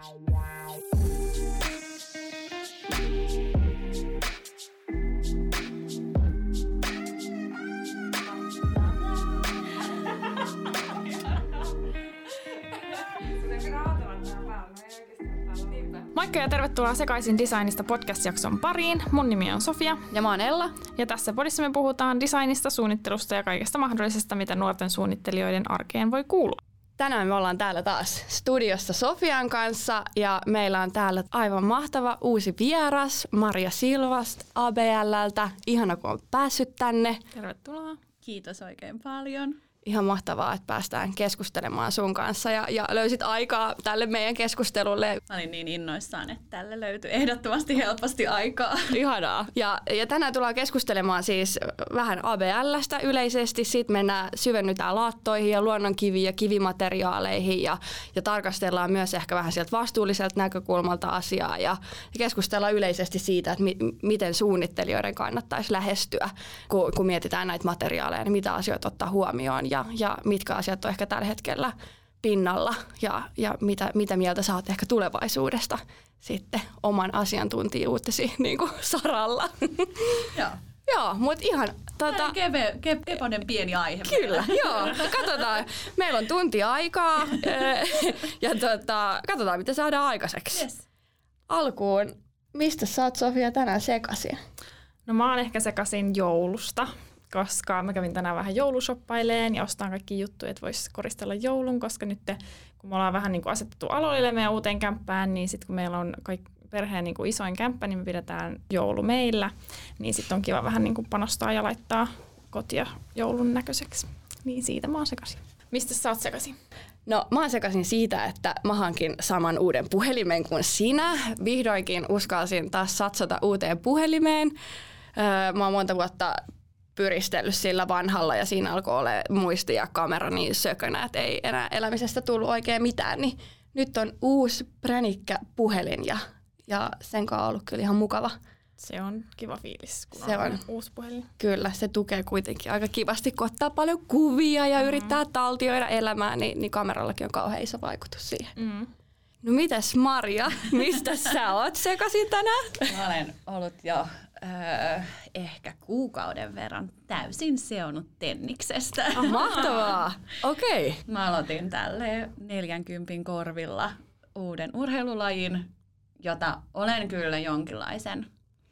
Moikka ja tervetuloa Sekaisin designista podcast-jakson pariin. Mun nimi on Sofia. Ja mä oon Ella. Ja tässä podissa me puhutaan designista, suunnittelusta ja kaikesta mahdollisesta, mitä nuorten suunnittelijoiden arkeen voi kuulua. Tänään me ollaan täällä taas studiossa Sofian kanssa ja meillä on täällä aivan mahtava uusi vieras, Maria Silvast ABL:ltä. Ihana kun on päässyt tänne. Tervetuloa. Kiitos oikein paljon. Ihan mahtavaa, että päästään keskustelemaan sun kanssa ja löysit aikaa tälle meidän keskustelulle. Mä olin niin innoissaan, että tälle löytyi ehdottomasti helposti aikaa. Ihanaa. Ja tänään tullaan keskustelemaan siis vähän ABL:stä yleisesti. Sitten syvennytään laattoihin ja luonnonkiviin ja kivimateriaaleihin ja tarkastellaan myös ehkä vähän sieltä vastuulliselta näkökulmalta asiaa ja keskustellaan yleisesti siitä, että miten suunnittelijoiden kannattaisi lähestyä, kun mietitään näitä materiaaleja, niin mitä asioita ottaa huomioon ja mitkä asiat on ehkä tällä hetkellä pinnalla ja mitä mieltä sä oot ehkä tulevaisuudesta sitten oman asiantuntijuutesi niin kuin saralla. Joo, mutta ihan... Keponen pieni aihe. Kyllä, joo. Katsotaan. Meillä on tunti aikaa ja katsotaan, mitä saadaan aikaiseksi. Yes. Alkuun, mistä sä oot, Sofia, tänään sekaisin? No mä oon ehkä sekaisin joulusta, koska mä kävin tänään vähän joulushopaileen ja ostan kaikki juttuja, että vois koristella joulun, koska nyt kun me ollaan vähän niin kuin asetettu aloille meidän uuteen kämppään, niin sitten kun meillä on perheen niin kuin isoin kämppä, niin me pidetään joulu meillä, niin sitten on kiva vähän niin kuin panostaa ja laittaa kotia joulun näköiseksi. Niin siitä mä oon sekaisin. Mistä sä oot sekaisin? No mä oon sekaisin siitä, että mä hankin saman uuden puhelimen kuin sinä. Vihdoinkin uskalsin taas satsata uuteen puhelimeen. Mä oon monta vuotta pyristellyt sillä vanhalla ja siinä alkoi olla muisti ja kamera niin sökönä, että ei enää elämisestä tullut oikein mitään. Niin nyt on uusi pränikkä puhelin ja sen kanssa on ollut kyllä ihan mukava. Se on kiva fiilis, kun se on uusi puhelin. Kyllä, se tukee kuitenkin aika kivasti, kun ottaa paljon kuvia ja yrittää taltioida elämää, niin kamerallakin on kauhean iso vaikutus siihen. No mitäs Maria, mistä sä oot sekaisin tänään? Mä olen ollut jo ehkä kuukauden verran täysin seonnut tenniksestä. Mahtavaa, okei. Okay. Mä aloitin tälle 40 korvilla uuden urheilulajin, jota olen kyllä jonkinlaisen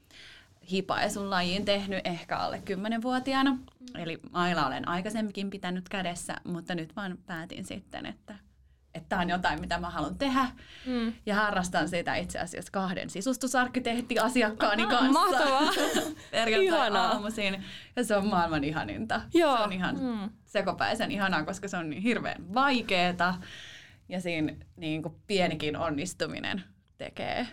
hipaisun lajiin tehnyt ehkä alle 10-vuotiaana. Eli maila olen aikaisemminkin pitänyt kädessä, mutta nyt vaan päätin sitten, että tämä on jotain, mitä mä haluan tehdä. Ja harrastan sitä itse asiassa 2 sisustusarkkitehtiasiakkaani kanssa. Mahtavaa. Perjantai aamuisin. Ja se on maailman ihaninta. Joo. Se on ihan sekopäisen ihanaa, koska se on niin hirveän vaikeeta. Ja siinä niin kuin pienikin onnistuminen tekee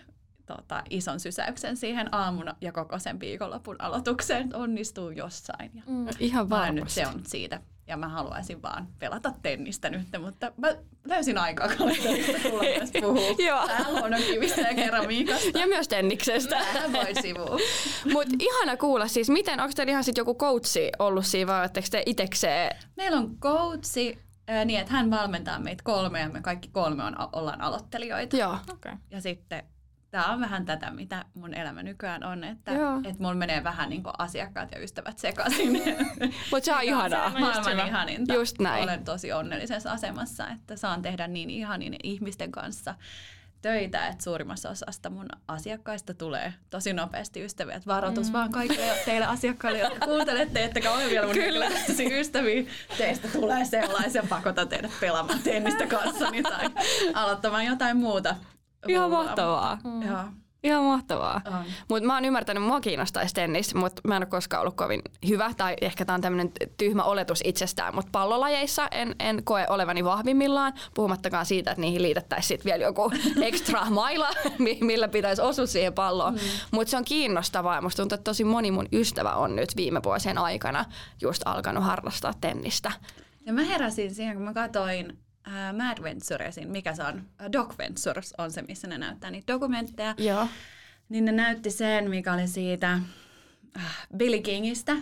ison sysäyksen siihen aamun ja koko sen viikonlopun aloitukseen, että onnistuu jossain. Ja ihan varmasti. Nyt se on siitä. Ja mä haluaisin vaan pelata tennistä nyt, mutta mä löysin aikaa kalenterista tulla myös puhua. Vähän luonnonkivistä ja keramiikasta. Ja myös tenniksestä. Vähän voi sivuun. Mutta ihana kuulla siis, onko teillä ihan sit joku coachi ollut siinä vai oletteko te itekseen? Meillä on coachi niin, että hän valmentaa meitä 3 ja me kaikki 3 ollaan aloittelijoita. Joo. Okay. Ja sitten tämä on vähän tätä, mitä mun elämä nykyään on, että mulla menee vähän niin kuin asiakkaat ja ystävät sekaisin. Mutta se on ihanaa. Maailman ihaninta. Just näin. Olen tosi onnellisessa asemassa, että saan tehdä niin ihanin ihmisten kanssa töitä, että suurimmassa osasta mun asiakkaista tulee tosi nopeasti ystäviä. Että varoitus vaan kaikille teille asiakkaille, jotka kuuntelette, ettekä ole vielä mun henkilökohtaisia ystäviä. Teistä tulee sellaisen, pakota teidät pelaamaan tennistä kanssani tai aloittamaan jotain muuta. Ihan mahtavaa. Joo. Ihan mahtavaa. Mutta mä oon ymmärtänyt, mua kiinnostaisi tennis, mutta mä en ole koskaan ollut kovin hyvä, tai ehkä tää on tämmönen tyhmä oletus itsestään, mutta pallolajeissa en koe olevani vahvimmillaan, puhumattakaan siitä, että niihin liitettäisiin sit vielä joku extra maila, millä pitäisi osua siihen palloon. Mutta se on kiinnostavaa ja musta tuntuu, että tosi moni mun ystävä on nyt viime vuosien aikana just alkanut harrastaa tennistä. Ja mä heräsin siihen, kun mä katsoin Mad Venturesin, mikä se on? Doc Ventures on se, missä ne näyttää niitä dokumentteja. Joo. Niin ne näytti sen, mikä oli siitä Billie Kingistä,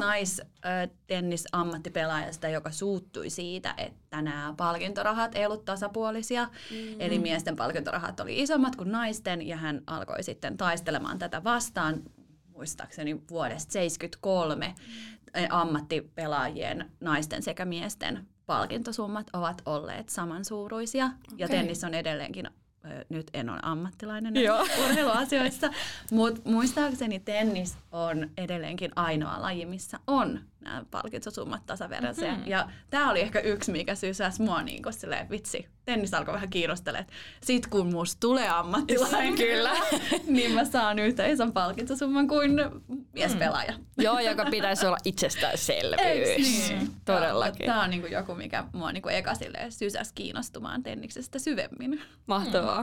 naistennisammattipelaajasta, joka suuttui siitä, että nämä palkintorahat ei ollut tasapuolisia. Eli miesten palkintorahat oli isommat kuin naisten, ja hän alkoi sitten taistelemaan tätä vastaan. Muistaakseni vuodesta 1973 ammattipelaajien naisten sekä miesten palkintosummat ovat olleet samansuuruisia. Ja tennis on edelleenkin, nyt en ole ammattilainen urheiluasioissa, mutta muistaakseni tennis on edelleenkin ainoa laji, missä on nämä palkintosummat tasaveroisia. Ja tämä oli ehkä yksi, mikä sysäsi mua niin kuin silleen, vitsi, tennis alkoi vähän kiinnostelemaan. Sitten kun musta tulee ammattilainen, kyllä, niin mä saan yhtä ison palkintosumman kuin miespelaaja. Joo, joka pitäisi olla itsestäänselvyys. Niin? Todellakin. Tämä on niinku joku, mikä mua niinku eka sysäsi kiinnostumaan tenniksestä syvemmin. Mahtavaa.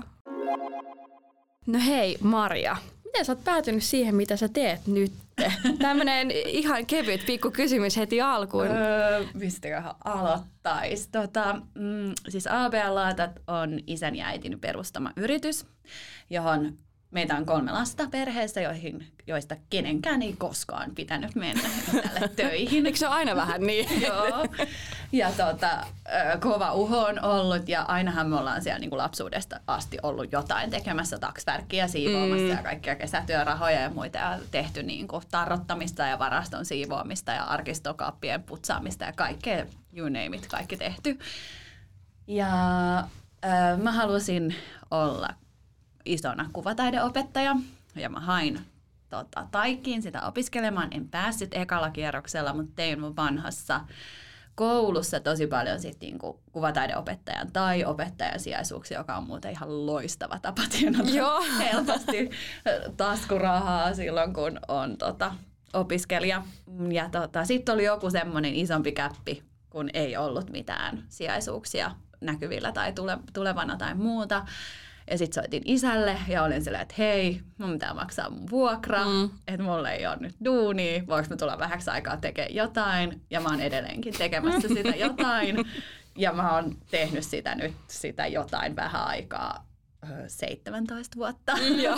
No hei Maria, miten sä oot päätynyt siihen, mitä sä teet nyt? Tämmönen ihan kevyt pikku kysymys heti alkuun. Mistäköhän aloittais? Siis ABL-laatat on isän ja äitin perustama yritys, johon meitä on 3 lasta perheessä, joista kenenkään ei koskaan pitänyt mennä tälle töihin. Eikö se ole aina vähän niin? Joo. Ja kova uho on ollut, ja ainahan me ollaan siellä niin kuin lapsuudesta asti ollut jotain tekemässä, taksvärkkiä siivoamassa ja kaikkia kesätyörahoja ja muita, ja tehty niin kuin tarrottamista ja varaston siivoamista ja arkistokaappien putsaamista ja kaikkea, you name it, kaikki tehty. Ja mä halusin olla isona kuvataideopettaja, ja mä hain Taikkiin sitä opiskelemaan. En päässyt ekalla kierroksella, mutta tein mun vanhassa koulussa tosi paljon sit niinku kuvataideopettajan tai opettajan sijaisuuksia, joka on muuten ihan loistava tapa tienata helposti taskurahaa silloin, kun on opiskelija. Ja sitten oli joku semmoinen isompi käppi, kun ei ollut mitään sijaisuuksia näkyvillä tai tulevana tai muuta. Ja sitten soitin isälle ja olin silleen, että hei, mun pitää maksaa mun vuokra, että mulla ei ole nyt duunia, voinko mä tulla vähäksi aikaa tekemään jotain. Ja mä oon edelleenkin tekemässä sitä jotain. Ja mä oon tehnyt sitä jotain vähän aikaa, 17 vuotta.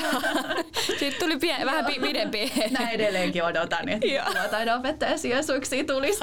Siitä tuli vähän pidempi. Mä edelleenkin odotan, että kuvataideopettajasijaisuuksia tulisi.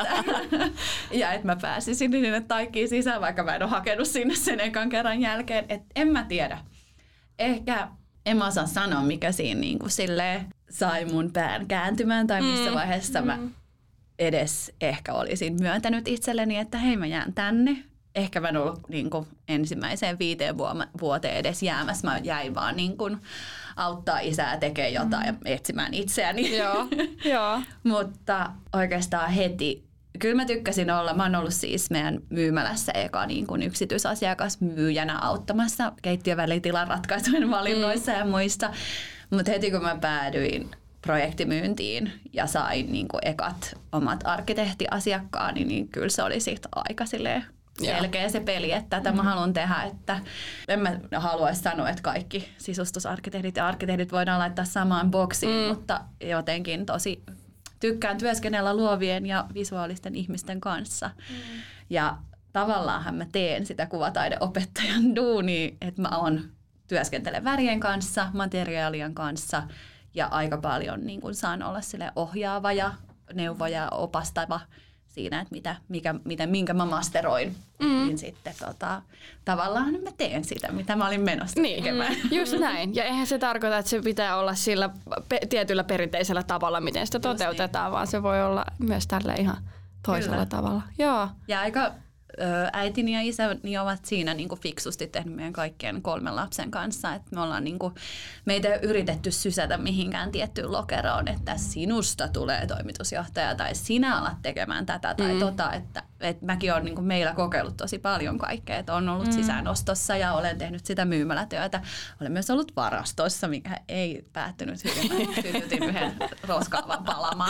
Ja että mä pääsisin sinne Taikkiin sisään, vaikka mä en ole hakenut sinne sen ekan kerran jälkeen. Että en mä tiedä. Ehkä en mä osaa sanoa, mikä siinä niin kuin silleen sai mun pään kääntymään tai missä vaiheessa mä edes ehkä olisin myöntänyt itselleni, että hei, mä jään tänne. Ehkä mä en ollut niin kuin ensimmäiseen 5 vuoteen edes jäämässä. Mä jäin vaan niin kuin auttaa isää tekemään jotain ja etsimään itseäni. Joo. Mutta oikeastaan heti. Kyllä mä tykkäsin olla. Mä oon ollut siis meidän myymälässä eka niin kuin yksityisasiakas myyjänä auttamassa keittiövälitilan ratkaisujen valinnoissa ja muista. Mutta heti kun mä päädyin projektimyyntiin ja sain niin kuin ekat omat arkkitehtiasiakkaani, niin kyllä se oli sitten aika silleen selkeä se peli, että tätä mä haluan tehdä. Että en mä haluaisi sanoa, että kaikki sisustusarkkitehdit ja arkkitehdit voidaan laittaa samaan boksiin, mutta jotenkin tosi tykkään työskennellä luovien ja visuaalisten ihmisten kanssa. Ja tavallaanhan mä teen sitä kuvataideopettajan duunia, että mä työskentelen värien kanssa, materiaalien kanssa ja aika paljon niin kun saan olla sille ohjaava ja neuvoja ja opastava siinä, että minkä mä masteroin. Niin sitten tavallaan mä teen sitä, mitä mä olin menossa tekemään. Just näin. Ja eihän se tarkoita, että se pitää olla sillä tietyllä perinteisellä tavalla, miten sitä toteutetaan, vaan se voi olla myös tällä ihan toisella tavalla. Joo. Ja aika äitini ja isäni ovat siinä niin kuin fiksusti tehnyt meidän kaikkien 3 lapsen kanssa. Että me ollaan niin kuin, meitä ei ole yritetty sysätä mihinkään tiettyyn lokeroon, että sinusta tulee toimitusjohtaja tai sinä alat tekemään tätä tai että mäkin olen niin kuin meillä kokeillut tosi paljon kaikkea. Että olen ollut sisäänostossa ja olen tehnyt sitä myymälätyötä. Olen myös ollut varastossa, mikä ei päättynyt hyvin. Mä sytytin yhden roskaavan palamaan.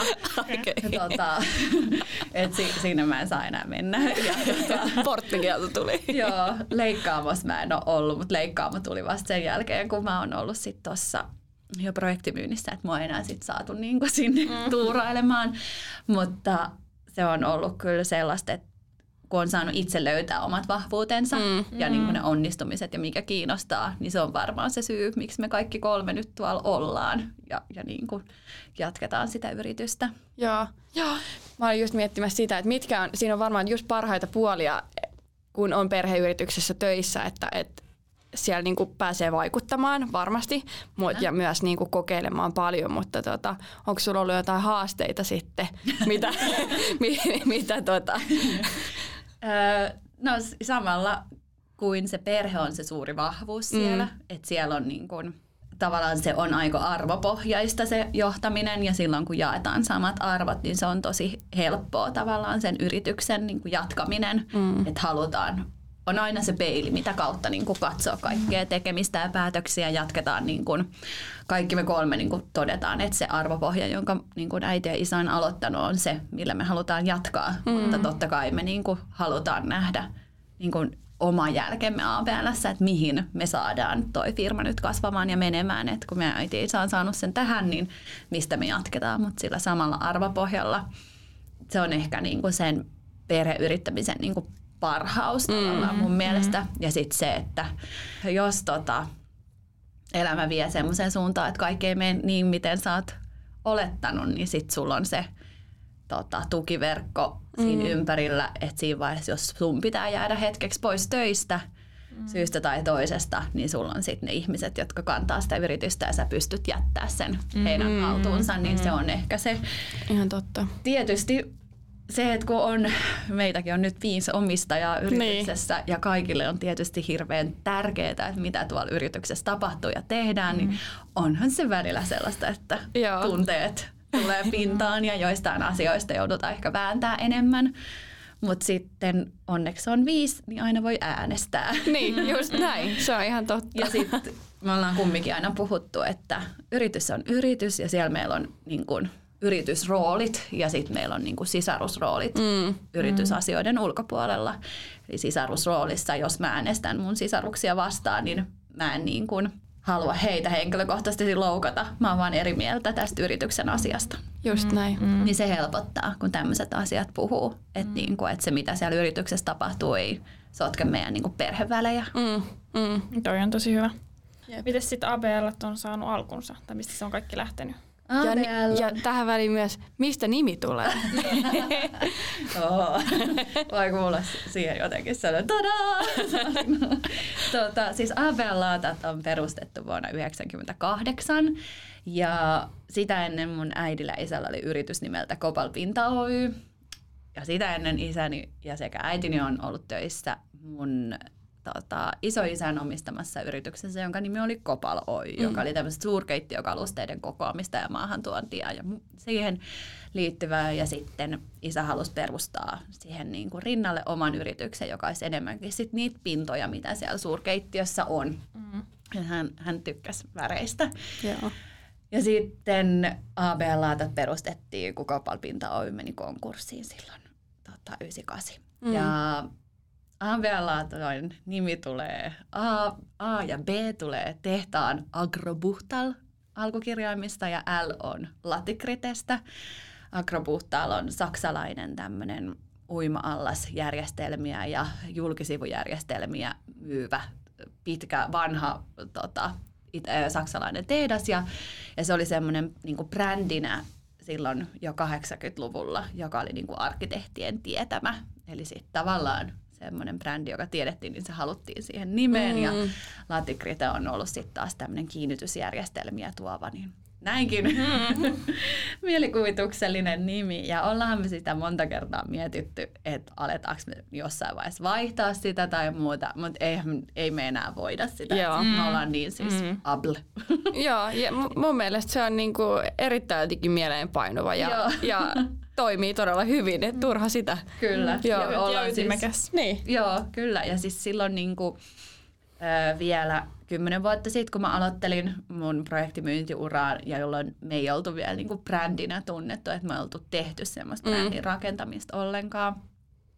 Siinä mä en saa enää mennä. Porttikielto tuli. Joo, leikkaamossa mä en ole ollut, mutta leikkaamo tuli vasta sen jälkeen, kun mä oon ollut sit tossa jo projektimyynnissä, että mua ei enää sit saatu niinku sinne tuurailemaan. Mutta se on ollut kyllä sellaista, että kun on saanut itse löytää omat vahvuutensa ja niin kuin ne onnistumiset ja mikä kiinnostaa, niin se on varmaan se syy, miksi me kaikki 3 nyt tuolla ollaan ja niin kuin jatketaan sitä yritystä. Joo. Mä olin just miettimässä sitä, että siinä on varmaan just parhaita puolia, kun on perheyrityksessä töissä, että siellä niinku pääsee vaikuttamaan varmasti ja myös niinku kokeilemaan paljon, mutta onko sulla ollut jotain haasteita sitten? mitä No samalla kuin se perhe on se suuri vahvuus siellä, että siellä on niin kuin, tavallaan se on aika arvopohjaista se johtaminen ja silloin kun jaetaan samat arvot, niin se on tosi helppoa tavallaan sen yrityksen niin kuin jatkaminen, että on aina se peili, mitä kautta niin kuin katsoo kaikkea tekemistä ja päätöksiä. Jatketaan niin kuin, kaikki me 3 niin kuin todetaan, että se arvopohja, jonka niin kuin äiti ja isä on aloittanut, on se, millä me halutaan jatkaa. Mutta totta kai me niin kuin halutaan nähdä niin kuin oma jälkemme ABL:ssä, että mihin me saadaan toi firma nyt kasvamaan ja menemään. Että kun meidän äiti ja isä on saanut sen tähän, niin mistä me jatketaan. Mutta sillä samalla arvopohjalla se on ehkä niin kuin sen perheyrittämisen niin kuin parhaus tavallaan mun mielestä. Ja sitten se, että jos elämä vie semmoiseen suuntaan, että kaikki ei mene niin, miten sä oot olettanut, niin sitten sulla on se tukiverkko siinä ympärillä, että siinä vaiheessa, jos sun pitää jäädä hetkeksi pois töistä syystä tai toisesta, niin sulla on sitten ne ihmiset, jotka kantaa sitä yritystä ja sä pystyt jättää sen heidän haltuunsa, niin se on ehkä se. Ihan totta. Tietysti se, että kun meitäkin on nyt 5 omistajaa yrityksessä ja kaikille on tietysti hirveän tärkeää, että mitä tuolla yrityksessä tapahtuu ja tehdään, niin onhan se välillä sellaista, että tunteet tulee pintaan ja joistain asioista joudutaan ehkä vääntää enemmän. Mutta sitten onneksi on 5, niin aina voi äänestää. Niin, just näin. Se on ihan totta. Ja sitten me ollaan kumminkin aina puhuttu, että yritys on yritys ja siellä meillä on niin kun yritysroolit ja sitten meillä on niinku sisarusroolit yritysasioiden ulkopuolella. Eli sisarusroolissa, jos mä äänestän mun sisaruksia vastaan, niin mä en niin kuin halua heitä henkilökohtaisesti loukata. Mä oon vaan eri mieltä tästä yrityksen asiasta. Just näin. Niin se helpottaa, kun tämmöiset asiat puhuu. Että niinku, et se, mitä siellä yrityksessä tapahtuu, ei sotke meidän niinku perhevälejä. Toi on tosi hyvä. Miten sitten ABL on saanut alkunsa? Tai mistä se on kaikki lähtenyt? Ja tähän väliin myös, mistä nimi tulee? Vai kuulla siihen jotenkin sellainen, tadaa! Siis ABL-laatat on perustettu vuonna 1998 ja sitä ennen mun äidillä ja isällä oli yritys nimeltä Kopal Pinta Oy. Ja sitä ennen isäni ja sekä äitini on ollut töissä mun isoisän omistamassa yrityksessä, jonka nimi oli Kopal Oy, joka oli tämmöistä suurkeittiökalusteiden kokoamista ja maahantuontia ja siihen liittyvää. Ja sitten isä halusi perustaa siihen niin kuin rinnalle oman yrityksen, joka olisi enemmänkin sit niitä pintoja, mitä siellä suurkeittiössä on. Ja hän tykkäsi väreistä. Joo. Ja sitten ABL-laatat perustettiin, kun Kopal Pinta Oy meni konkurssiin silloin 98. Ja ABL-laatojen nimi tulee, A ja B tulee tehtaan Agrobuhtal alkukirjaimista ja L on Latikritestä. Agrobuhtal on saksalainen tämmöinen uima-allasjärjestelmiä ja julkisivujärjestelmiä myyvä pitkä vanha saksalainen tehdas ja se oli semmoinen niinku brändinä silloin jo 80-luvulla, joka oli niinku arkkitehtien tietämä. Eli sitten tavallaan semmoinen brändi, joka tiedettiin, niin se haluttiin siihen nimeen. Ja Latikrite on ollut sitten taas tämmöinen kiinnitysjärjestelmiä tuova, niin näinkin mielikuvituksellinen nimi. Ja ollaan me sitä monta kertaa mietitty, että aletaanko me jossain vaiheessa vaihtaa sitä tai muuta, mutta ei me enää voida sitä. Me ollaan niin siis ABL. Joo, ja mun mielestä se on niinku erittäin jotenkin mieleenpainuva ja toimii todella hyvin, että turha sitä. Kyllä. Ja ytimekäs. Niin. Joo, kyllä. Ja siis silloin niinku, vielä 10 vuotta sitten, kun mä aloittelin mun projektimyyntiuraan ja jolloin me ei oltu vielä niinku brändinä tunnettu, että me ei oltu tehty semmoista brändin rakentamista ollenkaan.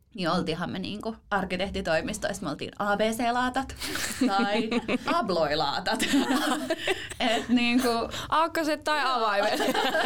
niin oltiinhan me niinku arkkitehtitoimistoissa, me oltiin ABC-laatat tai Abloy-laatat. Et niinku aakkoset tai avaimet.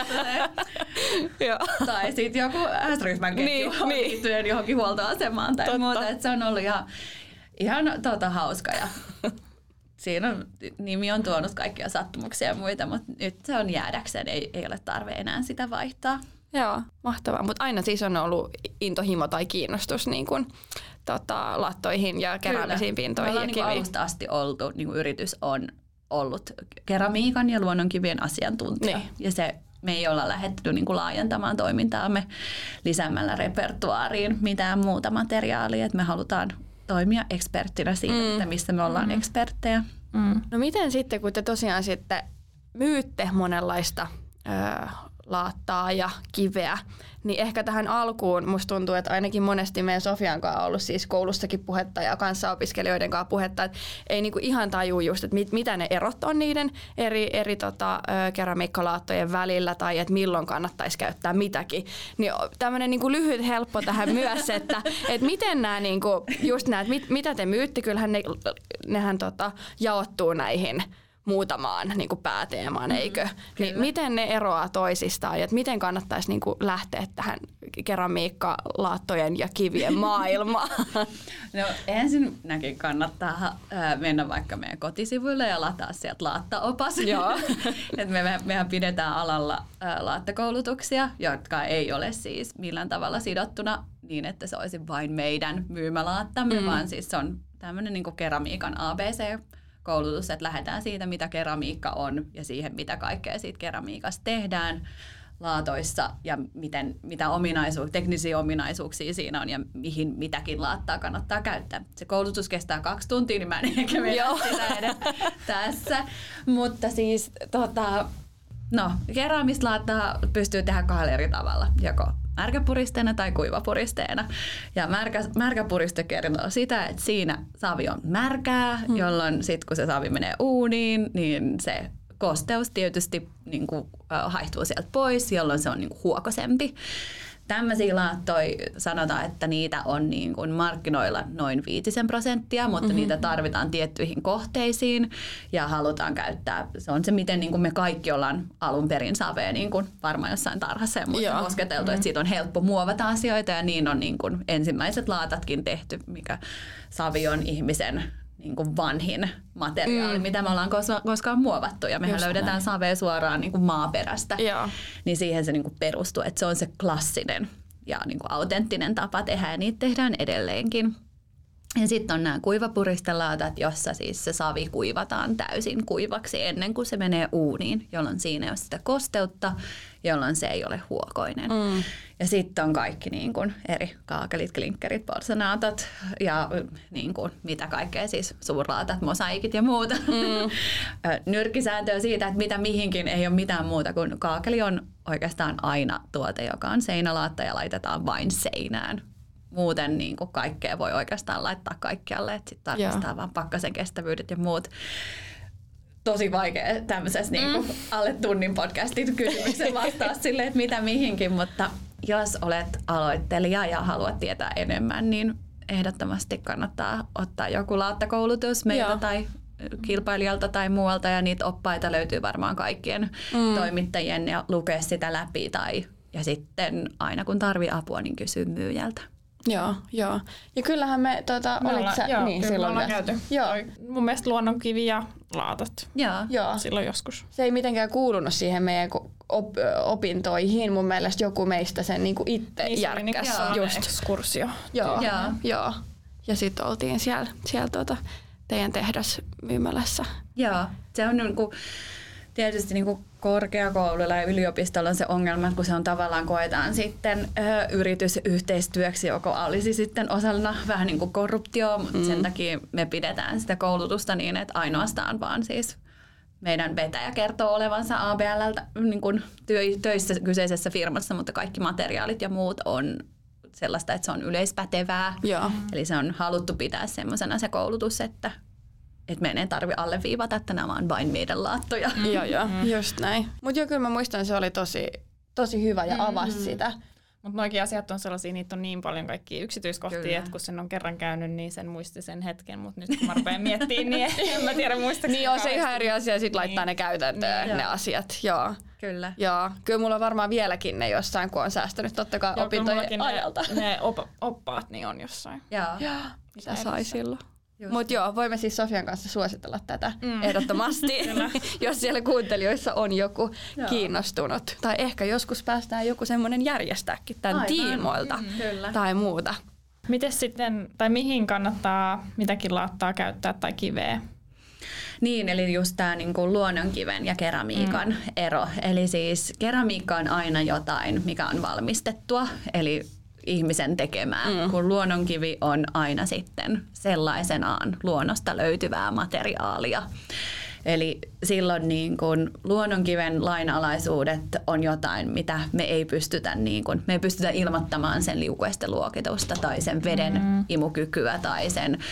Tai sitten joku S-ryhmän ketju liittyen johonkin huoltoasemaan tai muuta. Et se on ollut ihan hauska. Ja siinä nimi on tuonut kaikkia sattumuksia ja muita, mutta nyt se on jäädäkseen, ei ole tarve enää sitä vaihtaa. Joo, mahtavaa. Mutta aina siis on ollut intohimo tai kiinnostus niin kun, lattoihin ja keräämisiin pintoihin. Kyllä. Me ollaan alusta asti oltu, yritys on ollut keramiikan ja luonnonkivien asiantuntija. Niin. Ja me ei olla lähdetty laajentamaan toimintaamme lisäämällä repertuaariin mitään muuta materiaalia. Et me halutaan toimia eksperttinä siinä, että missä me ollaan eksperttejä. No miten sitten, kun te tosiaan sitten myytte monenlaista laattaa ja kiveä, niin ehkä tähän alkuun musta tuntuu, että ainakin monesti meidän Sofian kanssa on ollut siis koulussakin puhetta ja kanssaopiskelijoiden kanssa puhetta, että ei niinku ihan tajuu just, että mitä ne erot on niiden eri keramiikkalaattojen välillä tai että milloin kannattaisi käyttää mitäkin. Niin tämmöinen niinku lyhyt helppo tähän myös, että miten nämä niinku, just nämä, mitä te myytte, kyllähän nehän jaottuu näihin muutamaan niin kuin pääteemaan, eikö? Niin miten ne eroaa toisistaan ja miten kannattaisi niin kuin lähteä tähän keramiikkalaattojen ja kivien maailmaan? No ensinnäkin kannattaa mennä vaikka meidän kotisivuille ja lataa sieltä laattaopas. Joo. Mehän pidetään alalla laattakoulutuksia, jotka ei ole siis millään tavalla sidottuna niin, että se olisi vain meidän myymälaattamme, vaan siis se on tämmöinen niin kuin keramiikan ABC-koulutus, että lähdetään siitä, mitä keramiikka on ja siihen, mitä kaikkea siitä keramiikasta tehdään laatoissa ja mitä teknisiä ominaisuuksia siinä on ja mihin mitäkin laattaa kannattaa käyttää. Se koulutus kestää 2 tuntia, niin mä en ehkä mene sitä edes tässä. Mutta siis keraamista laattaa pystyy tehdä 2 eri tavalla, joko märkäpuristeena tai kuivapuristeena. Ja märkäpuriste kertoo sitä, että siinä savi on märkää, jolloin sitten kun se savi menee uuniin, niin se kosteus tietysti niin kuin haihtuu sieltä pois, jolloin se on niin kuin huokosempi. Tämmöisiä laattoja sanotaan, että niitä on niin kuin markkinoilla noin 5%, mutta niitä tarvitaan tiettyihin kohteisiin ja halutaan käyttää. Se on se, miten niin kuin me kaikki ollaan alun perin savea niin kuin varmaan jossain tarhassa ja muuta kosketeltu, että siitä on helppo muovata asioita ja niin on niin kuin ensimmäiset laatatkin tehty, mikä savi on ihmisen niin kuin vanhin materiaali, mitä me ollaan koskaan muovattu. Ja mehän löydetään savea suoraan niin kuin maaperästä. Niin siihen se niin kuin perustuu, että se on se klassinen ja niin kuin autenttinen tapa tehdä ja niitä tehdään edelleenkin. Ja sitten on nämä kuivapuristelaatat, jossa siis se savi kuivataan täysin kuivaksi ennen kuin se menee uuniin, jolloin siinä ei ole sitä kosteutta, jolloin se ei ole huokoinen. Ja sitten on kaikki niin kuin eri kaakelit, klinkkerit, porsanaatat ja niin kuin mitä kaikkea, siis suurlaatat, mosaikit ja muuta. Nyrkkisääntöä siitä, että mitä mihinkin ei ole mitään muuta kuin kaakeli on oikeastaan aina tuote, joka on seinälaatta ja laitetaan vain seinään. Muuten niin kuin kaikkea voi oikeastaan laittaa kaikkialle, että sitten tarkistaa vaan pakkasen kestävyydet ja muut. Tosi vaikea tämmöisessä niin kuin alle tunnin podcastin kysymyksen vastaa silleen, että mitä mihinkin, mutta jos olet aloittelija ja haluat tietää enemmän, niin ehdottomasti kannattaa ottaa joku laattakoulutus meiltä tai kilpailijalta tai muualta ja niitä oppaita löytyy varmaan kaikkien toimittajien ja lukea sitä läpi ja sitten aina kun tarvii apua, niin kysyy myyjältä. Joo. Ja kyllähän me ollaan käyty. Joo. Mun mielestä luonnonkivi ja laatat. Joo. Silloin joskus. Se ei mitenkään kuulunut siihen meidän opintoihin. Mun mielestä joku meistä sen niinku itse järkkäsi. Just ekskursio. Joo. Ja sitten oltiin siellä teidän tehdasmyymälässä. Joo. Se on niinku tietysti niinku korkeakoululla ja yliopistolla on se ongelma, kun se on tavallaan koetaan sitten yritysyhteistyöksi, joka olisi sitten osana vähän niin kuin korruptio, mutta sen takia me pidetään sitä koulutusta niin, että ainoastaan vaan siis meidän vetäjä kertoo olevansa ABL:ltä niin kuin töissä kyseisessä firmassa, mutta kaikki materiaalit ja muut on sellaista, että se on yleispätevää. Eli se on haluttu pitää semmoisena se koulutus, että meidän ei tarvitse alleviivata, että nämä on vain meidän laattoja. Joo, just näin. Mutta kyllä mä muistan, se oli tosi hyvä ja avasi sitä. Mutta noikin asiat on sellaisia, niitä on niin paljon kaikkia yksityiskohtia, kyllä, että kun sen on kerran käynyt, niin sen muisti sen hetken, mutta nyt kun mä rupean miettimään, niin en mä tiedä muistakseni. Niin on se ihan eri asia, sitten laittaa ne käytäntöön, ne asiat. Joo. Kyllä. Joo. Kyllä mulla on varmaan vieläkin ne jossain, kun on säästänyt totta kai opintojen ajalta. Ne oppaat niin on jossain. Joo. Mitä sai silloin. Mutta joo, voimme siis Sofian kanssa suositella tätä ehdottomasti, jos siellä kuuntelijoissa on joku kiinnostunut. Tai ehkä joskus päästään joku semmoinen järjestääkin tämän tiimoilta tai muuta. Miten sitten, tai mihin kannattaa mitäkin laattaa käyttää tai kiveä? Niin, eli just tämä niinku luonnonkiven ja keramiikan ero. Eli siis keramiikka on aina jotain, mikä on valmistettua, eli ihmisen tekemää, kun luonnonkivi on aina sitten sellaisenaan luonnosta löytyvää materiaalia. Eli silloin niin kun luonnonkiven lainalaisuudet on jotain, mitä me ei pystytä, me ei pystytä ilmoittamaan sen liukuesteluokitusta tai sen veden imukykyä tai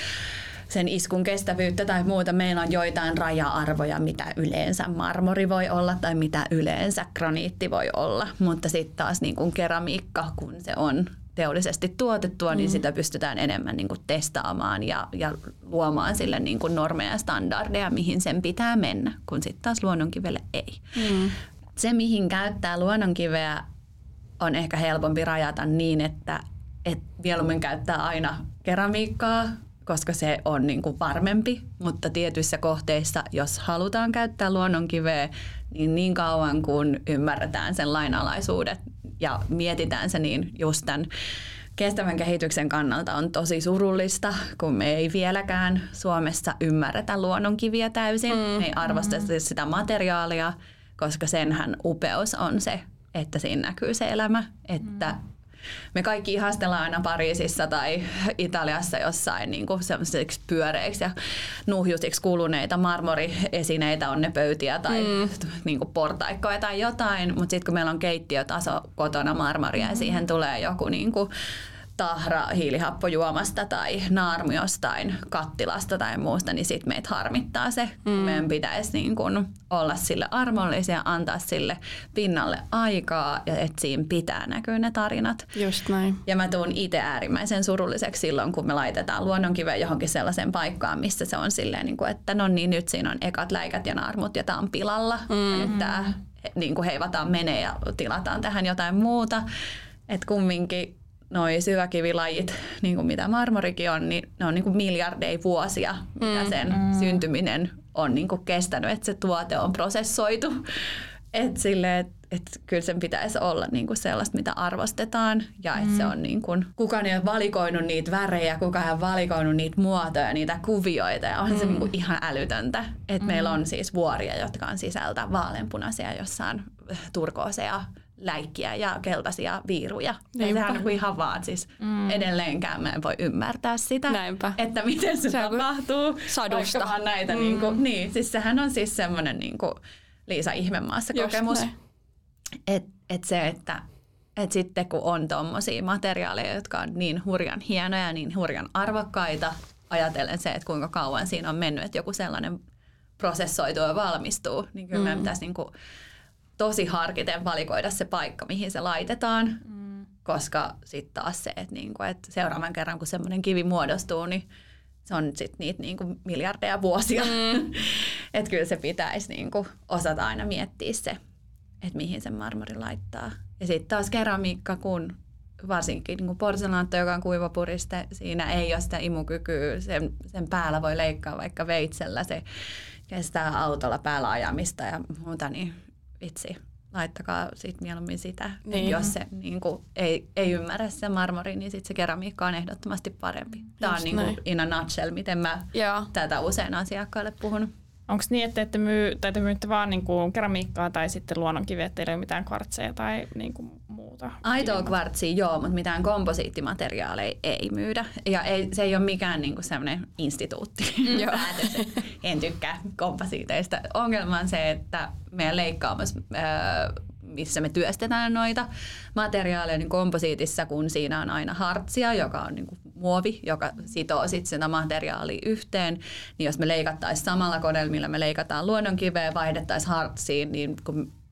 sen iskun kestävyyttä tai muuta. Meillä on joitain raja-arvoja, mitä yleensä marmori voi olla tai mitä yleensä graniitti voi olla. Mutta sitten taas niin kuin keramiikka, kun se on teollisesti tuotettua, niin sitä pystytään enemmän niin kuin testaamaan ja luomaan sille niin kuin normeja ja standardeja, mihin sen pitää mennä, kun sitten taas luonnonkivelle ei. Se, mihin käyttää luonnonkiveä, on ehkä helpompi rajata niin, että mieluummin käyttää aina keramiikkaa, koska se on niin kuin varmempi, mutta tietyissä kohteissa, jos halutaan käyttää luonnonkiveä, niin kauan kun ymmärretään sen lainalaisuudet ja mietitään se, niin just tämän kestävän kehityksen kannalta on tosi surullista, kun me ei vieläkään Suomessa ymmärretä luonnonkiviä täysin. Me ei arvosteta sitä materiaalia, koska senhän upeus on se, että siinä näkyy se elämä, että me kaikki ihastellaan aina Pariisissa tai Italiassa jossain niin kuin semmoisiksi pyöreiksi ja nuhjusiksi kuluneita marmoriesineitä, on ne pöytiä tai niin kuin portaikkoja tai jotain, mutta sitten kun meillä on keittiötaso kotona marmoria ja siihen tulee joku niin kuin tahra hiilihappojuomasta tai naarmu jostain kattilasta tai muusta, niin sitten meitä harmittaa se. Meidän pitäisi niin kun olla sille armollisia, antaa sille pinnalle aikaa ja että siinä pitää näkyä ne tarinat. Just näin. Ja mä tuun itse äärimmäisen surulliseksi silloin, kun me laitetaan luonnonkiveä johonkin sellaiseen paikkaan, missä se on silleen, niin kuin, että no niin, nyt siinä on ekat läikät ja naarmut ja tää on pilalla. Ja nyt tää niin kuin heivataan menee ja tilataan tähän jotain muuta. Että kumminkin noi syväkivilajit, niin kuin mitä marmorikin on, niin ne on niin kuin miljardeja vuosia, mitä sen syntyminen on niin kuin kestänyt, että se tuote on prosessoitu. Että kyllä sen pitäisi olla niin kuin sellaista, mitä arvostetaan. Ja että se on niin kuin, kukaan ei ole valikoinut niitä värejä, kukaan ei ole valikoinut niitä muotoja, niitä kuvioita. Ja on se niin kuin ihan älytöntä. Että meillä on siis vuoria, jotka on sisältä vaaleanpunaisia, jossa on turkooseja läikkiä ja keltaisia viiruja. Sehän on ihan vaan siis edelleenkään mä en voi ymmärtää sitä, että miten se tapahtuu. Sadusta. Vaikka vaan näitä niin, siis sehän on siis semmoinen niinku Liisa Ihmemaassa kokemus. Että sitten kun on tommosia materiaaleja, jotka on niin hurjan hienoja ja niin hurjan arvokkaita, ajatellen se, että kuinka kauan siinä on mennyt, että joku sellainen prosessoituu ja valmistuu, niin kyllä meidän pitäisi niinku tosi harkiten valikoida se paikka, mihin se laitetaan, koska sitten taas se, että seuraavan kerran kun semmoinen kivi muodostuu, niin se on sitten niitä niinku miljardeja vuosia. Että kyllä se pitäisi niinku osata aina miettiä se, että mihin sen marmori laittaa. Ja sitten taas keramiikka, kun varsinkin niinku porselaanto, joka on kuivapuriste, siinä ei ole sitä imukykyä, sen päällä voi leikkaa vaikka veitsellä, se kestää autolla päällä ajamista ja muuta, niin vitsi, laittakaa sit mieluummin sitä. Niin. Jos se niinku, ei ymmärrä se marmori, niin sit se keramiikka on ehdottomasti parempi. Tämä on niinku in a nutshell, miten mä tätä usein asiakkaille puhunut. Onko niin, että te myytte vaan niinku keramiikkaa tai sitten luonnonkiviä, että teillä ei ole mitään kvartseja tai niinku muuta? Aitoa kvartsia joo, mutta mitään komposiittimateriaaleja ei myydä. Ja se ei ole mikään niinku sellainen instituutti. En tykkää komposiiteista. Ongelma on se, että meidän leikkaamassa, missä me työstetään noita materiaaleja, niin komposiitissa, kun siinä on aina hartsia, joka on niinku muovi, joka sitoo sitten sitä materiaalia yhteen, niin jos me leikattaisiin samalla koneella, millä me leikataan luonnonkiveä, vaihdettaisiin hartsiin, niin kun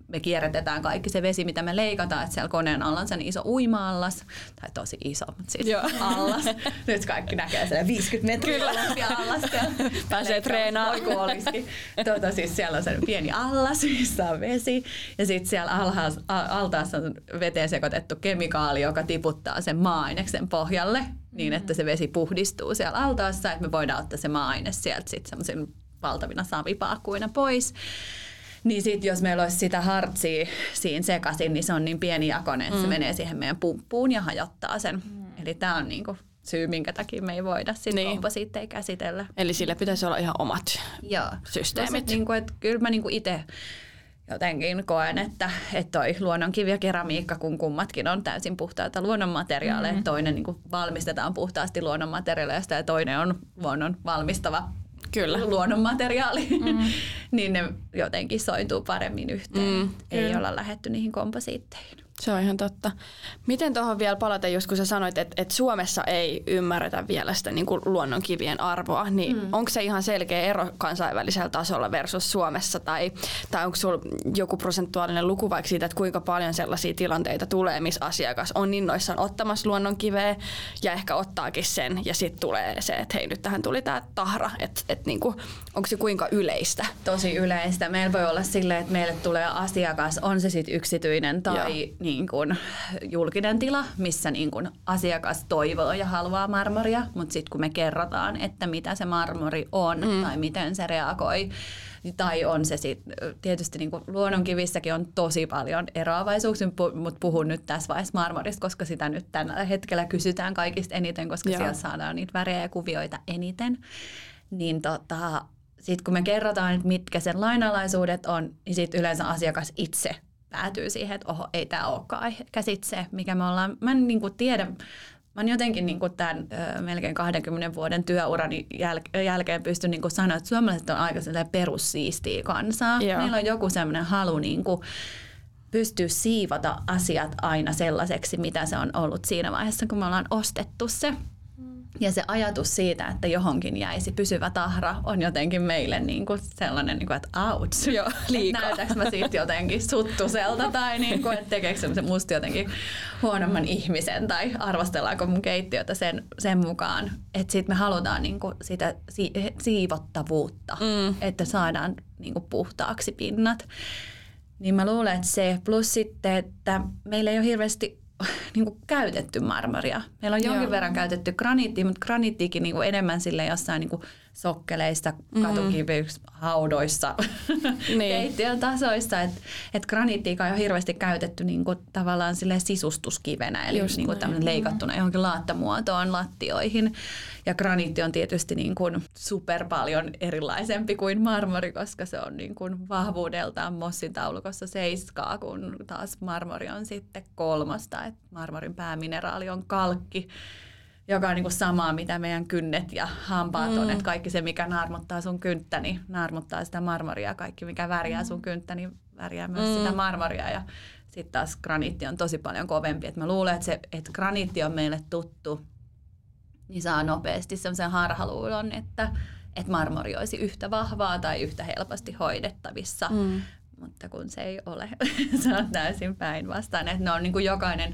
me kierrätetään kaikki se vesi, mitä me leikataan, että siellä koneen alla on sen iso uima-allas, tai tosi iso, mutta siis allas. Nyt kaikki näkee siellä 50 metriä allasta. Pääsee treenaamaan. Voi kun olisikin. Siis siellä on se pieni allas, missä on vesi, ja sitten siellä altaassa on veteen sekoitettu kemikaali, joka tiputtaa sen maa-aineksen pohjalle, niin että se vesi puhdistuu siellä altaassa, että me voidaan ottaa se maa-aine sieltä sitten semmoisen valtavina savipaakkuina pois. Niin sitten jos meillä olisi sitä hartsia siinä sekaisin, niin se on niin pieni jakonen, että se menee siihen meidän pumppuun ja hajottaa sen. Eli tämä on niinku syy, minkä takia me ei voida sitten komposiitteja käsitellä. Eli sille pitäisi olla ihan omat systeemit. Niinku, kyllä mä niinku itse jotenkin koen, että toi luonnonkivi ja keramiikka, kun kummatkin on täysin puhtaita luonnonmateriaaleja. Toinen niinku valmistetaan puhtaasti luonnonmateriaaleista ja toinen on luonnon valmistava luonnonmateriaali, niin ne jotenkin sointuu paremmin yhteen. Ei olla lähdetty niihin komposiitteihin. Se on ihan totta. Miten tuohon vielä palata, jos kun sä sanoit, että Suomessa ei ymmärretä vielä sitä niin kuin luonnonkivien arvoa, niin onko se ihan selkeä ero kansainvälisellä tasolla versus Suomessa? Tai onko sulla joku prosentuaalinen luku vaikka siitä, että kuinka paljon sellaisia tilanteita tulee, missä asiakas on innoissaan ottamassa luonnonkiveä ja ehkä ottaakin sen ja sitten tulee se, että hei nyt tähän tuli tämä tahra. Niin kuin, onko se kuinka yleistä? Tosi yleistä. Meillä voi olla silleen, että meille tulee asiakas, on se sitten yksityinen tai niin kuin julkinen tila, missä niin kuin asiakas toivoo ja haluaa marmoria, mutta sitten kun me kerrotaan, että mitä se marmori on tai miten se reagoi, tai on se sitten, tietysti niin kuin luonnonkivissäkin on tosi paljon eroavaisuuksia, mutta puhun nyt tässä vaiheessa marmorista, koska sitä nyt tällä hetkellä kysytään kaikista eniten, koska siellä saadaan niitä värejä ja kuvioita eniten. Niin sitten kun me kerrotaan, että mitkä sen lainalaisuudet on, niin sitten yleensä asiakas itse päätyy siihen, että oho, ei tämä olekaan ehkä sitten se, mikä me ollaan. Mä en niin kuin tiedä, mä oon jotenkin niin kuin tämän melkein 20 vuoden työurani jälkeen pystyn niin kuin sanoa, että suomalaiset on aika perussiistiä kansaa. Meillä on joku sellainen halu niin kuin pystyä siivota asiat aina sellaiseksi, mitä se on ollut siinä vaiheessa, kun me ollaan ostettu se. Ja se ajatus siitä, että johonkin jäisi pysyvä tahra, on jotenkin meille niin kuin sellainen, niin kuin, että ouch, näytäks mä siitä jotenkin suttuselta tai niin kuin, että tekeekö se musta jotenkin huonomman ihmisen tai arvostellaanko mun keittiötä sen mukaan. Että sitten me halutaan niin kuin sitä siivottavuutta, että saadaan niin kuin puhtaaksi pinnat. Niin mä luulen, että se plus sitten, että meillä ei ole hirveästi niin kuin käytetty marmoria. Meillä on jonkin verran käytetty graniittia, mutta graniittiikin niin kuin enemmän sille jossain niin kuin sokkeleissa, katukivyyksissä, haudoissa, keittiön tasoissa. Et graniittiikaan ei ole hirveästi käytetty niin kuin tavallaan sisustuskivenä, eli niin kuin tämmöinen leikattuna johonkin laattamuotoon lattioihin. Ja graniitti on tietysti niin kuin super paljon erilaisempi kuin marmori, koska se on niin kuin vahvuudeltaan Mossin taulukossa 7, kun taas marmori on sitten 3. Et marmorin päämineraali on kalkki, joka on niin kuin samaa, mitä meidän kynnet ja hampaat on. Et kaikki se, mikä naarmuttaa sun kynttä, niin naarmuttaa sitä marmoria. Kaikki, mikä värjää sun kynttä, niin värjää myös sitä marmoria. Ja sitten taas graniitti on tosi paljon kovempi. Et mä luulen, että graniitti on meille tuttu, niin saa nopeasti sellaisen harhaluulon, että marmori olisi yhtä vahvaa tai yhtä helposti hoidettavissa. Mutta kun se ei ole, se on täysin päinvastainen. Että ne on niin kuin jokainen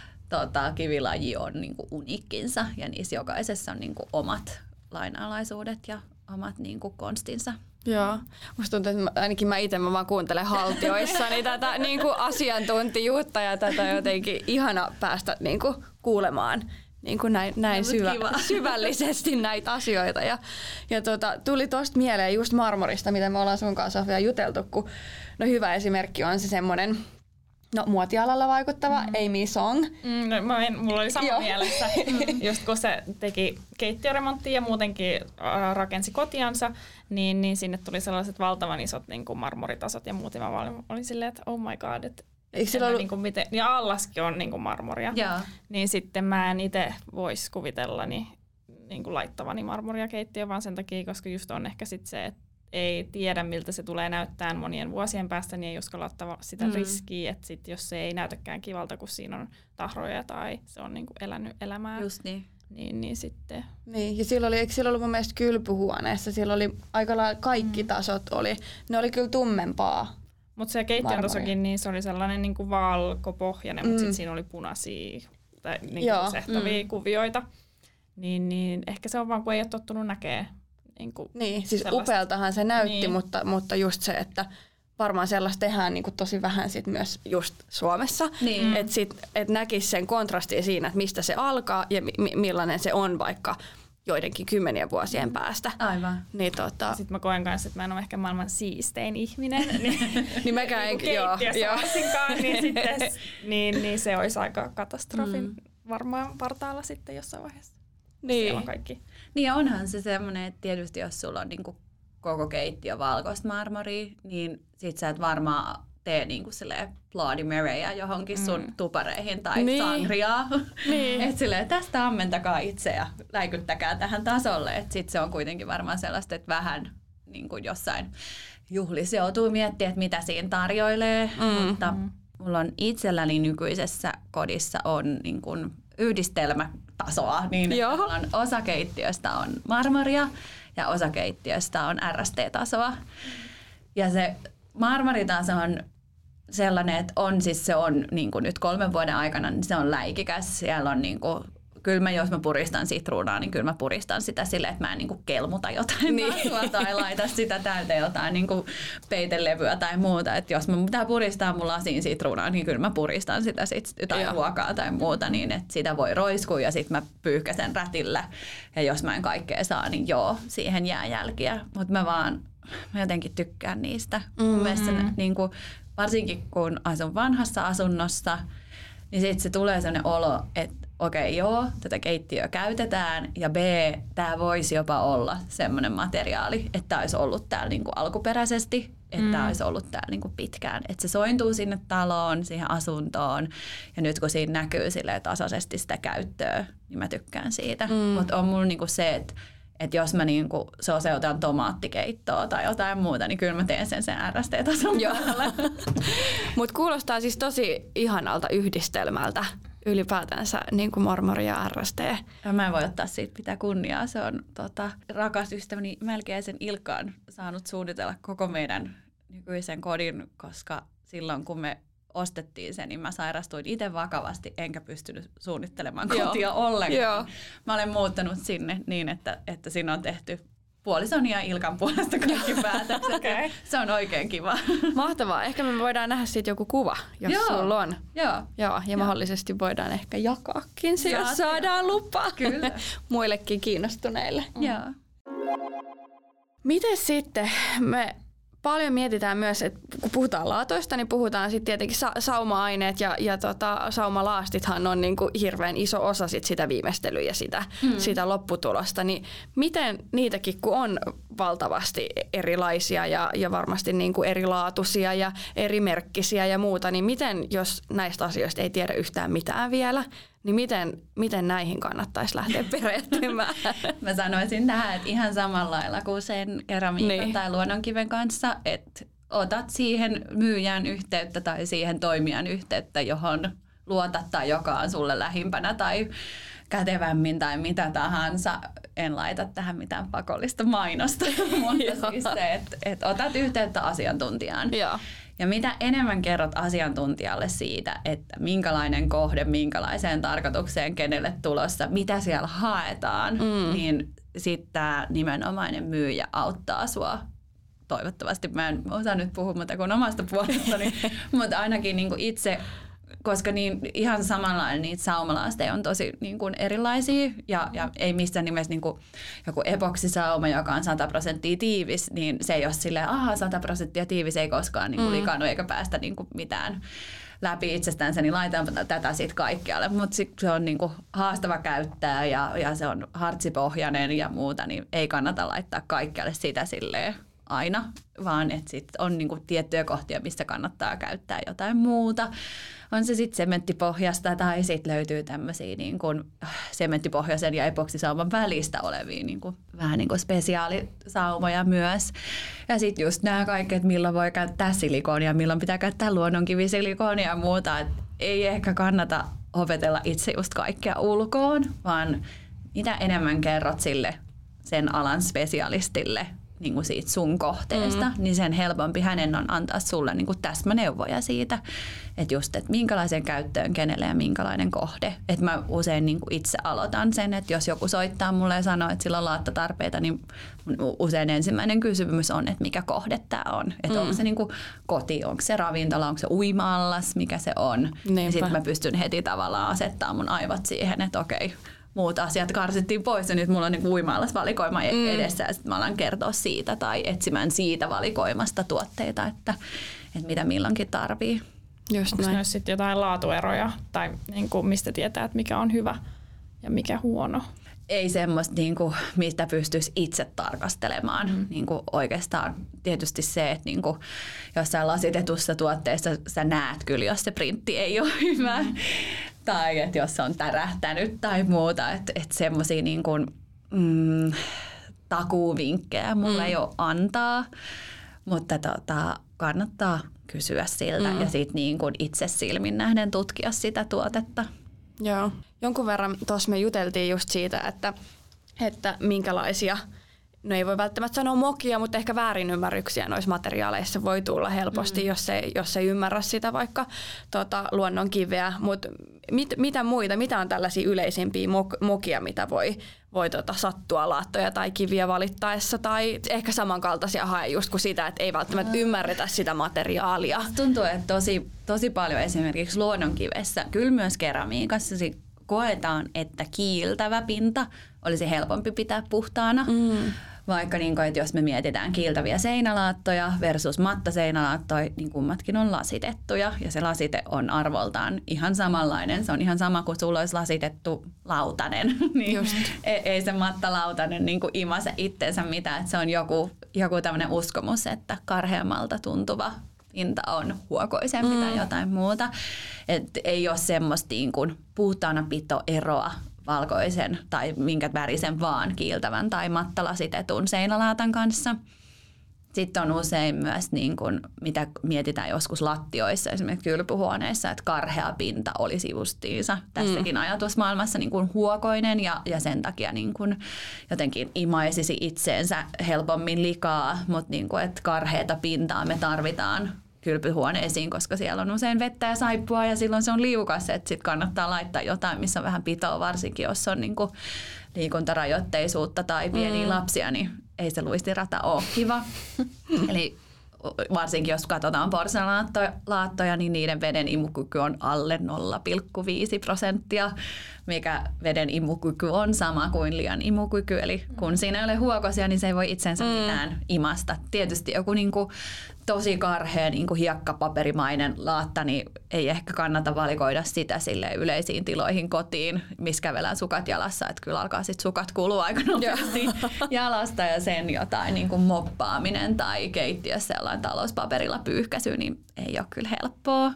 kivilaji on niin kuin uniikkinsa ja niissä jokaisessa on niin kuin omat lainalaisuudet ja omat niin kuin konstinsa. Joo, musta tuntuu, että ainakin mä itse vaan kuuntelen haltioissani tätä niin kuin asiantuntijuutta ja tätä jotenkin ihana päästä niin kuin kuulemaan niin kuin näin syvällisesti näitä asioita. Ja tuli tosta mieleen just marmorista, mitä me ollaan sun kanssa Sofia juteltu, kun hyvä esimerkki on se semmoinen muotialalla vaikuttava Amy Song. Mulla oli sama mielessä, just kun se teki keittiöremonttia ja muutenkin rakensi kotiansa, niin sinne tuli sellaiset valtavan isot niin kuin marmoritasot ja muut. Ja mä olin silleen, että oh my god, että niin kuin miten, ja allaskin on niin kuin marmoria. Niin sitten mä en itse voisi kuvitella niin kuin laittavani marmoria keittiöön, vaan sen takia, koska just on ehkä sit se, että ei tiedä, miltä se tulee näyttää monien vuosien päästä, niin ei uskalla ottaa sitä riskiä, että sit jos se ei näytäkään kivalta, kun siinä on tahroja tai se on niinku elänyt elämää. Just niin. Niin sitten. Niin, ja eikö siellä ollut mun mielestä kylpyhuoneessa, siellä oli aika lailla kaikki tasot oli, ne oli kyllä tummempaa Mutta se keittiön tasokin, niin se oli sellainen niin kuin valkopohjainen, mutta sitten siinä oli punaisia tai niin kuin sehtavia kuvioita. Niin ehkä se on vaan, kun ei ole tottunut näkemään. Niin, siis upealtahan se näytti, niin. mutta just se, että varmaan sellaista tehdään niin kuin tosi vähän sit myös just Suomessa. Niin. Että et näkisi sen kontrastia siinä, että mistä se alkaa ja millainen se on vaikka joidenkin 10 vuosien päästä. Aivan. Niin, sitten mä koen kanssa, että mä en ole ehkä maailman siistein ihminen. Niin mäkään en keittiössä varsinkaan, niin se olisi aika katastrofin varmaan partaalla sitten jossain vaiheessa. Niin. Se on kaikki. Niin ja onhan se semmoinen, että tietysti jos sulla on niinku koko keittiö valkoista marmoria, niin sit sä et varmaan tee niinku Bloody Maryä johonkin sun tupareihin tai sangriaa. Niin. Että silleen, tästä ammentakaa itse ja läikyttäkää tähän tasolle. Että sit se on kuitenkin varmaan sellaista, että vähän niinku jossain juhlissa joutuu miettimään, että mitä siinä tarjoilee. Mutta mulla on itselläni nykyisessä kodissa on niinku yhdistelmätasoa, niin että osa keittiöstä on marmoria ja osa keittiöstä on RST-tasoa. Ja se marmoritaso on sellainen, että se on niin kuin nyt 3 vuoden aikana, niin se on läikikäs. Siellä on niin kuin, kyllä jos mä puristan sitruunaa, niin kyllä mä puristan sitä silleen, että mä en niin kuin kelmuta jotain tasua tai laita sitä täyteen jotain niin kuin peitelevyä tai muuta. Että jos mä pitää puristaa mun lasiin sitruunaa, niin kyllä mä puristan sitä tai ruokaa tai muuta niin, että sitä voi roiskua ja sitten mä pyyhkäsen rätillä. Ja jos mä en kaikkea saa, niin siihen jää jälkiä. Mutta mä jotenkin tykkään niistä. Mun mielestä niin kuin, varsinkin kun asun vanhassa asunnossa, niin sitten se tulee sellainen olo, että okei, tätä keittiöä käytetään ja B, tämä voisi jopa olla semmoinen materiaali, että tämä olisi ollut täällä niinku alkuperäisesti, että tämä olisi ollut täällä niinku pitkään. Että se sointuu sinne taloon, siihen asuntoon ja nyt kun siinä näkyy tasaisesti sitä käyttöä, niin mä tykkään siitä. Mutta on mulla niinku se, että jos mä niinku soseutan tomaattikeittoa tai jotain muuta, niin kyllä mä teen sen RST-tason päälle. Mutta kuulostaa siis tosi ihanalta yhdistelmältä ylipäätänsä niin kuin marmori ja RST. Ja mä en voi ottaa siitä pitää kunniaa. Se on rakas ystäväni Mälkiäisen Ilkka on saanut suunnitella koko meidän nykyisen kodin, koska silloin kun me ostettiin sen, niin mä sairastuin itse vakavasti, enkä pystynyt suunnittelemaan kotia ollenkaan. Mä olen muuttanut sinne niin, että siinä on tehty puolison ja Ilkan puolesta kaikki päätökset. Okay. Se on oikein kiva. Mahtavaa. Ehkä me voidaan nähdä siitä joku kuva, jos sulla on. Joo, ja mahdollisesti voidaan ehkä jakaakin se, jos saadaan lupa. Kyllä. Muillekin kiinnostuneille. Joo. Miten sitten me paljon mietitään myös, että kun puhutaan laatoista, niin puhutaan sitten tietenkin sauma-aineet ja saumalaastithan on niinku hirveän iso osa sitä viimeistelyä ja sitä lopputulosta. Niin miten niitäkin, kun on valtavasti erilaisia ja varmasti niinku erilaatuisia ja erimerkkisiä ja muuta, niin miten, jos näistä asioista ei tiedä yhtään mitään vielä, niin miten näihin kannattaisi lähteä perehtymään? Mä sanoisin tähän, että ihan samalla lailla kuin sen keramiikan tai luonnonkiven kanssa, että otat siihen myyjän yhteyttä tai siihen toimijan yhteyttä, johon luotat tai joka on sulle lähimpänä tai kätevämmin tai mitä tahansa. En laita tähän mitään pakollista mainosta, mutta siis se, että otat yhteyttä asiantuntijaan. Ja mitä enemmän kerrot asiantuntijalle siitä, että minkälainen kohde, minkälaiseen tarkoitukseen, kenelle tulossa, mitä siellä haetaan, niin sitten tämä nimenomainen myyjä auttaa sua. Toivottavasti mä en osaa nyt puhua muuta kuin omasta puolestani, mutta ainakin niinku itse, koska ihan samanlainen niitä saumalaasteja on tosi niinku erilaisia ja ei missään nimessä niinku joku epoksisauma, joka on 100% tiivis, niin se ei ole silleen, 100% tiivis ei koskaan niinku likannut eikä päästä niinku mitään läpi itsestänsä, niin laitetaan tätä sitten kaikkialle. Mutta se on niinku haastava käyttää ja se on hartsipohjainen ja muuta, niin ei kannata laittaa kaikkialle sitä silleen aina, vaan että sitten on niinku tiettyjä kohtia, missä kannattaa käyttää jotain muuta. On se sitten sementtipohjasta tai sitten löytyy tämmöisiä niinku sementtipohjaisen ja epoksisauman välistä olevia niinku, vähän niin kuin spesiaalisaumoja myös. Ja sitten just nämä kaikki, että milloin voi käyttää silikoonia, milloin pitää käyttää luonnonkivisilikonia ja muuta. Et ei ehkä kannata opetella itse just kaikkea ulkoon, vaan mitä enemmän kerrot sille sen alan spesialistille, niin kuin siitä sun kohteesta, niin sen helpompi hänen on antaa sulle niin kuin täsmäneuvoja siitä, että just, että minkälaisen käyttöön kenelle ja minkälainen kohde. Että mä usein niin kuin itse aloitan sen, että jos joku soittaa mulle ja sanoo, että sillä on laattatarpeita, niin usein ensimmäinen kysymys on, että mikä kohde tämä on. Että onko se niin kuin koti, onko se ravintola, onko se uima-allas, mikä se on. Ja sitten mä pystyn heti tavallaan asettaa mun aivot siihen, että okei, muut asiat karsittiin pois ja nyt mulla on niin uima-allasvalikoima edessä ja sitten mä alan kertoa siitä tai etsimään siitä valikoimasta tuotteita, että mitä milloinkin tarvii. Onko myös sitten jotain laatueroja tai niin kuin mistä tietää, että mikä on hyvä ja mikä huono? Ei semmoista, niin kuin, mistä pystyisi itse tarkastelemaan. Niin kuin oikeastaan tietysti se, että niin kuin jossain lasitetussa tuotteessa sä näet kyllä, jos se printti ei ole hyvä. Tai että jos se on tärähtänyt tai muuta. Että semmoisia niin kuin, takuuvinkkejä mulla ei ole antaa. Mutta kannattaa kysyä siltä ja sitten niin kuin itse silmin nähden tutkia sitä tuotetta. Joo. Jonkun verran tuossa me juteltiin just siitä, että minkälaisia, no ei voi välttämättä sanoa mokia, mutta ehkä väärinymmärryksiä noissa materiaaleissa voi tulla helposti, jos ei ymmärrä sitä vaikka luonnonkiveä. Mutta mitä muita, mitä on tällaisia yleisimpiä mokia, mitä voi sattua laattoja tai kiviä valittaessa, tai ehkä samankaltaisia hae just kuin sitä, että ei välttämättä ymmärretä sitä materiaalia. Tuntuu, että tosi paljon esimerkiksi luonnonkivessä, kyllä myös keramiikassa koetaan, että kiiltävä pinta olisi helpompi pitää puhtaana. Vaikka niin kuin, että jos me mietitään kiiltäviä seinälaattoja versus mattaseinälaattoja, niin kummatkin on lasitettuja ja se lasite on arvoltaan ihan samanlainen. Se on ihan sama kuin sulla olisi lasitettu lautanen. Niin ei se mattalautanen niin kuin imase itteensä mitään. Että se on joku tämmöinen uskomus, että karheammalta tuntuva pinta on huokoisempi tai jotain muuta. Et ei ole semmoista niin kuin puhtaana pitoeroa valkoisen tai minkä värisen vaan kiiltävän tai mattalasitetun seinälaatan kanssa. Sitten on usein myös, niin kuin, mitä mietitään joskus lattioissa, esimerkiksi kylpyhuoneissa, että karhea pinta olisi justiinsa tässäkin ajatusmaailmassa niin kuin huokoinen ja sen takia niin kuin jotenkin imaisisi itseensä helpommin likaa, mutta niin kuin, että karheata pintaa me tarvitaan kylpyhuoneisiin, koska siellä on usein vettä ja saippua ja silloin se on liukas, että sitten kannattaa laittaa jotain, missä on vähän pitoa, varsinkin jos on niinku liikuntarajoitteisuutta tai pieniä lapsia, niin ei se luistirata ole kiva. Eli varsinkin jos katsotaan porselanaattoja, niin niiden veden imukyky on alle 0,5%, mikä veden imukyky on sama kuin lian imukyky. Eli kun siinä ei ole huokosia, niin se ei voi itsensä mitään imasta. Tietysti joku niinku tosi karhea niinku hiekkapaperimainen laatta, niin ei ehkä kannata valikoida sitä sille yleisiin tiloihin kotiin, missä kävelään sukat jalassa. Että kyllä alkaa sitten sukat kulua aika nopeasti jalasta ja sen jotain niinku moppaaminen tai keittiössä jollain talouspaperilla pyyhkäisy, niin ei ole kyllä helppoa.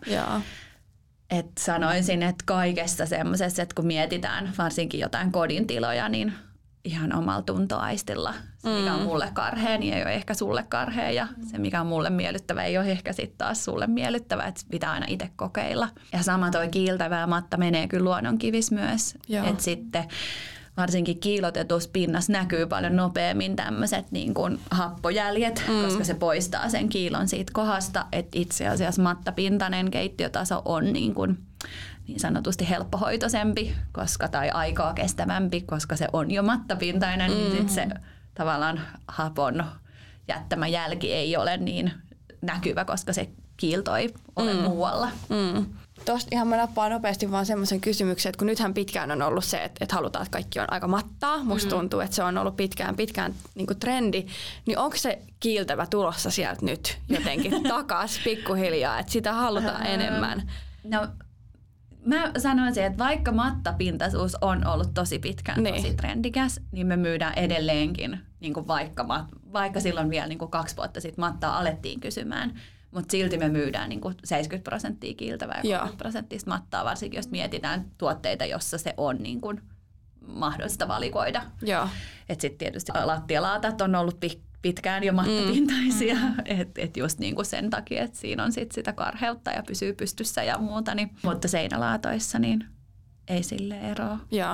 Et sanoisin, että kaikessa semmoisessa, että kun mietitään varsinkin jotain kodin tiloja, niin ihan omalla tuntoaistilla. Se, mikä on mulle karhea, niin ei ole ehkä sulle karhea. Ja se, mikä on mulle miellyttävä, ei ole ehkä sitten taas sulle miellyttävä. Että pitää aina itse kokeilla. Ja sama toi kiiltävä ja matta menee kyllä luonnonkivis myös. Että sitten varsinkin kiilotetussa pinnassa näkyy paljon nopeammin tämmöiset niin kuin happojäljet, koska se poistaa sen kiilon siitä kohdasta. Että itse asiassa mattapintainen keittiötaso on niin sanotusti helppohoitoisempi tai aikaa kestävämpi, koska se on jo mattapintainen, niin sit se tavallaan hapon jättämä jälki ei ole niin näkyvä, koska se kiilto ei ole muualla. Tuosta ihan mä nappaan nopeasti vaan semmoisen kysymyksen, että kun nythän pitkään on ollut se, että halutaan, että kaikki on aika mattaa. Musta tuntuu, että se on ollut pitkään niin kuin trendi. Niin onko se kiiltävä tulossa sieltä nyt jotenkin takas pikkuhiljaa, että sitä halutaan enemmän? No, mä sanoisin, että vaikka mattapintaisuus on ollut tosi pitkään tosi trendikäs, niin me myydään edelleenkin, niin kuin vaikka silloin vielä niin kuin 2 vuotta sitten mattaa alettiin kysymään. Mutta silti me myydään niin kuin 70% kiiltävää ja 30% mattaa, varsinkin jos mietitään tuotteita, jossa se on niin kuin mahdollista valikoida. Sitten tietysti lattialaatat on ollut pitkään jo mattapintaisia, et just niin kuin sen takia, että siinä on sit sitä karheutta ja pysyy pystyssä ja muuta. Niin, mutta seinälaatoissa niin ei sille eroa.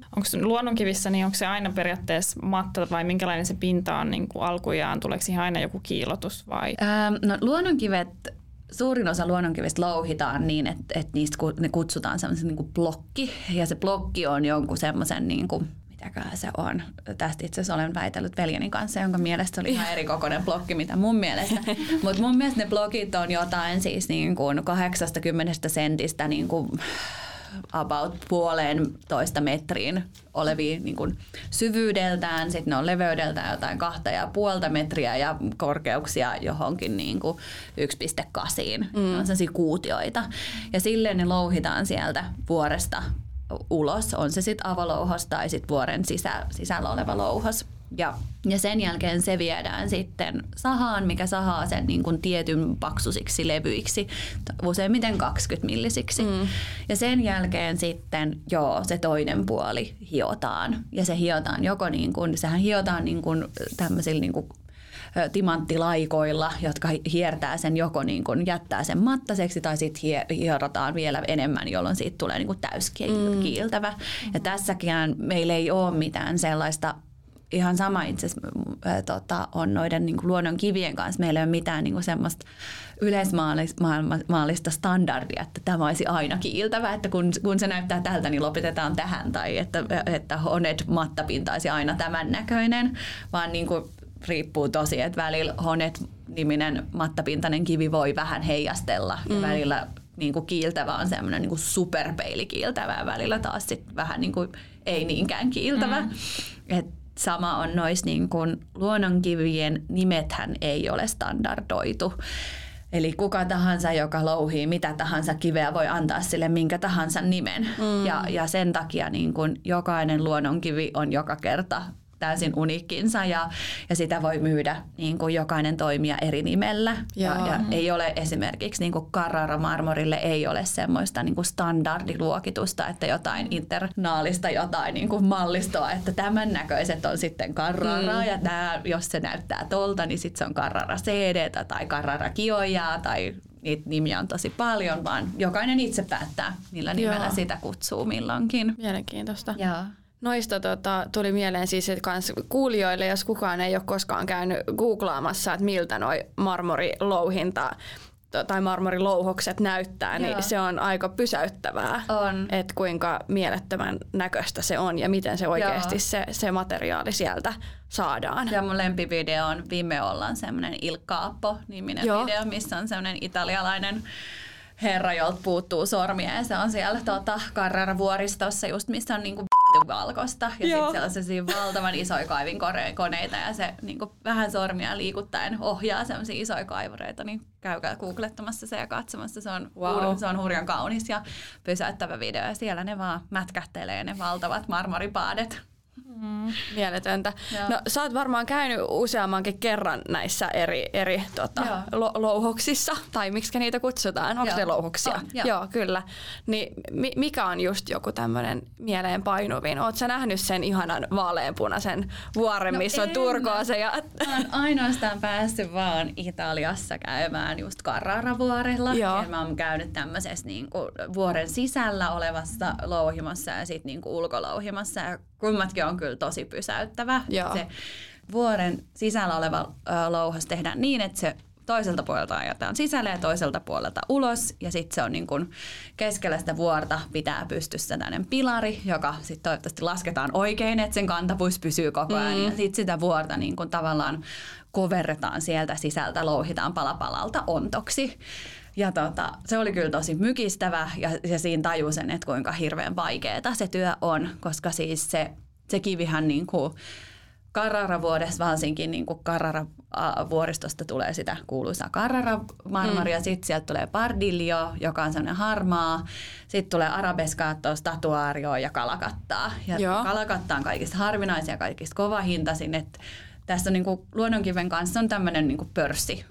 Onko luonnonkivissä, niin onko se aina periaatteessa matta vai minkälainen se pinta on niin kuin alkujaan? Tuleeko siihen aina joku kiillotus vai? No, luonnonkivet, suurin osa luonnonkivistä louhitaan niin, että niistä ne kutsutaan semmoisen niin kuin blokki. Ja se blokki on jonkun semmoisen, niin kuin, mitäköhän se on. Tästä itse asiassa olen väitellyt veljeni kanssa, jonka mielestä oli ihan eri kokoinen blokki, mitä mun mielestä. Mutta mun mielestä ne blokit on jotain siis niin kuin 80 sentistä niin kuin about 1,5 metriin olevia niin kuin syvyydeltään, sitten ne on leveydeltään jotain 2,5 metriä ja korkeuksia johonkin niin kuin 1,8. Ne on sellaisia kuutioita. Ja silleen ne louhitaan sieltä vuoresta ulos, on se sitten avolouhos tai sitten vuoren sisällä oleva louhos. Ja sen jälkeen se viedään sitten sahaan, mikä sahaa sen niin kuin tietyn paksusiksi levyiksi, useimmiten 20 millisiksi. Ja sen jälkeen sitten se toinen puoli hiotaan. Ja se hiotaan sehän hiotaan niin kuin tämmöisillä niin kuin timanttilaikoilla, jotka hiertää sen joko niin kuin jättää sen mattaiseksi tai sitten hierotaan vielä enemmän, jolloin siitä tulee niin kuin täyskiiltävä. Ja tässäkään meillä ei ole mitään sellaista. Ihan sama itse asiassa on noiden niin kuin luonnon kivien kanssa. Meillä ei ole mitään niin kuin semmoista yleismaallista standardia, että tämä olisi aina kiiltävä, että kun se näyttää tältä, niin lopetetaan tähän, tai että Honed mattapinta olisi aina tämän näköinen, vaan niin kuin riippuu tosi, että välillä Honed-niminen mattapintainen kivi voi vähän heijastella, ja välillä niin kuin kiiltävä on semmoinen niin kuin superpeilikiiltävä, ja välillä taas sit vähän niin kuin ei niinkään kiiltävä. Sama on noissa niin kuin luonnonkivien nimethän ei ole standardoitu. Eli kuka tahansa, joka louhii mitä tahansa kiveä, voi antaa sille minkä tahansa nimen. Ja sen takia niin kuin jokainen luonnonkivi on joka kerta täysin uniikkinsa ja sitä voi myydä niin kuin jokainen toimija eri nimellä. Ja ei ole esimerkiksi niin kuin Carrara-marmorille ei ole semmoista niin kuin standardiluokitusta, että jotain internaalista, jotain niin kuin mallistoa, että tämän näköiset on sitten Carrara ja tämä, jos se näyttää tolta, niin sitten se on Carrara CD tai Carrara Kiojaa tai niitä nimiä on tosi paljon, vaan jokainen itse päättää, millä nimellä sitä kutsuu milloinkin. Mielenkiintoista. Joo. Noista tuli mieleen siis, että kuulijoille, jos kukaan ei ole koskaan käynyt googlaamassa, että miltä noi marmorilouhinta tai marmorilouhokset näyttää, niin se on aika pysäyttävää, että kuinka mielettömän näköistä se on ja miten se oikeasti se materiaali sieltä saadaan. Ja mun lempivideo on Vimeollaan semmoinen Il Capo-niminen video, missä on semmoinen italialainen herra, jolta puuttuu sormia ja se on siellä Carrara-vuoristossa just missä on niinku valkosta ja sitten sellaisia valtavan isoja kaivinkoneita ja se niinku vähän sormia liikuttaen ohjaa sellaisia isoja kaivureita, niin käykää googlettamassa se ja katsomassa. Se on hurjan kaunis ja pysäyttävä video ja siellä ne vaan mätkähtelee ne valtavat marmoripaadet. Mieletöntä. No sä oot varmaan käynyt useammankin kerran näissä eri louhoksissa, tai miksi niitä kutsutaan? Onko ne louhoksia? Joo, kyllä. Niin mikä on just joku tämmöinen mieleen painuvin? Oot sä nähnyt sen ihanan vaaleanpunaisen vuoren, missä on turkoosa? Mä oon ainoastaan päässyt vaan Italiassa käymään just Carrara-vuorella. Ja mä oon käynyt tämmöisessä niinku vuoren sisällä olevassa louhimassa ja sitten niinku ulkolouhimassa. Ja kummatkin on kyllä tosi pysäyttävä. Se vuoren sisällä oleva louhos tehdään niin, että se toiselta puolelta ajetaan sisälle ja toiselta puolelta ulos. Ja sitten se on niin kuin keskellä sitä vuorta pitää pystyssä tämmöinen pilari, joka sitten toivottavasti lasketaan oikein, että sen kantapuus pysyy koko ajan. Ja sitten sitä vuorta niin kuin tavallaan koverretaan sieltä sisältä, louhitaan palapalalta ontoksi. Ja se oli kyllä tosi mykistävä ja siinä tajusin, että kuinka hirveän vaikeaa se työ on, koska siis se kivihän niin kuin Carrara-vuodessa varsinkin niin kuin Carrara-vuoristosta tulee sitä kuuluisaa Carrara-marmoria, sitten sieltä tulee Pardilio, joka on sellainen harmaa, sitten tulee Arabescato, Statuario ja Kalakattaa. Ja Kalakatta on kaikista harvinaisia, kaikista kovahintaisin, että tässä on niin kuin luonnonkiven kanssa on tämmöinen niin kuin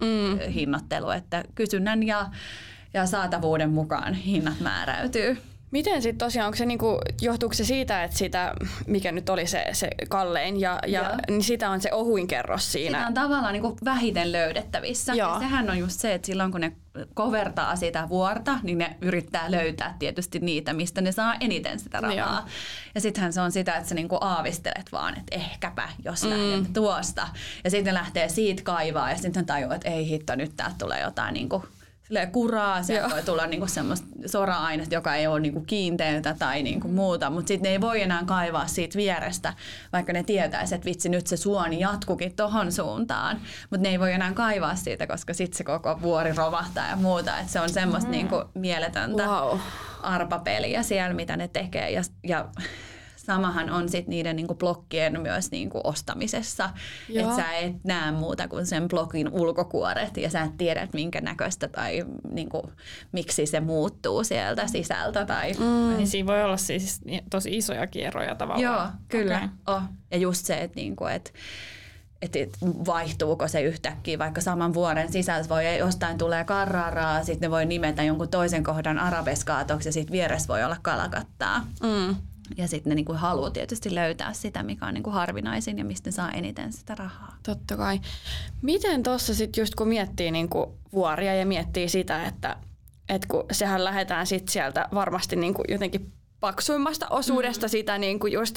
pörssihinnoittelu, että kysynnän ja saatavuuden mukaan hinnat määräytyy. Miten sitten tosiaan, onko se niinku, johtuuko se siitä, että sitä, mikä nyt oli se kallein, niin sitä on se ohuin kerros siinä? Sitä on tavallaan niinku vähiten löydettävissä. Ja sehän on just se, että silloin kun ne kovertaa sitä vuorta, niin ne yrittää löytää tietysti niitä, mistä ne saa eniten sitä rahaa. Joo. Ja sittenhän se on sitä, että sä niinku aavistelet vaan, että ehkäpä, jos lähden tuosta. Ja sitten lähtee siitä kaivaa ja sitten tajuaa, että ei hitto, nyt täältä tulee jotain niinku kuraa, sieltä voi tulla niinku semmoista sora-ainetta, joka ei ole niinku kiinteätä tai niinku muuta, mutta sitten ne ei voi enää kaivaa siitä vierestä, vaikka ne tietäisi, että vitsi nyt se suoni jatkukin tohon suuntaan, mutta ne ei voi enää kaivaa siitä, koska sitten se koko vuori romahtaa ja muuta, että se on semmoista niinku mieletöntä arpapeliä siellä, mitä ne tekee ja samahan on sit niiden niinku blokkien myös niinku ostamisessa, että sä et näe muuta kuin sen blokin ulkokuoret ja sä et tiedä, että minkä näköistä tai niinku, miksi se muuttuu sieltä sisältä. Tai niin siinä voi olla siis tosi isoja kierroja tavallaan. Joo, kyllä. Okay. Ja just se, että niinku, että vaihtuuko se yhtäkkiä, vaikka saman vuoren sisällä voi jostain tulee Carraraa, sitten ne voi nimetä jonkun toisen kohdan arabeskaatoksi ja sitten vieressä voi olla kalakattaa. Ja sitten ne niinku haluaa tietysti löytää sitä, mikä on niinku harvinaisin ja mistä ne saa eniten sitä rahaa. Totta kai. Miten tuossa sitten just kun miettii niinku vuoria ja miettii sitä, että kun sehän lähdetään sitten sieltä varmasti niinku jotenkin paksuimmasta osuudesta sitä niinku just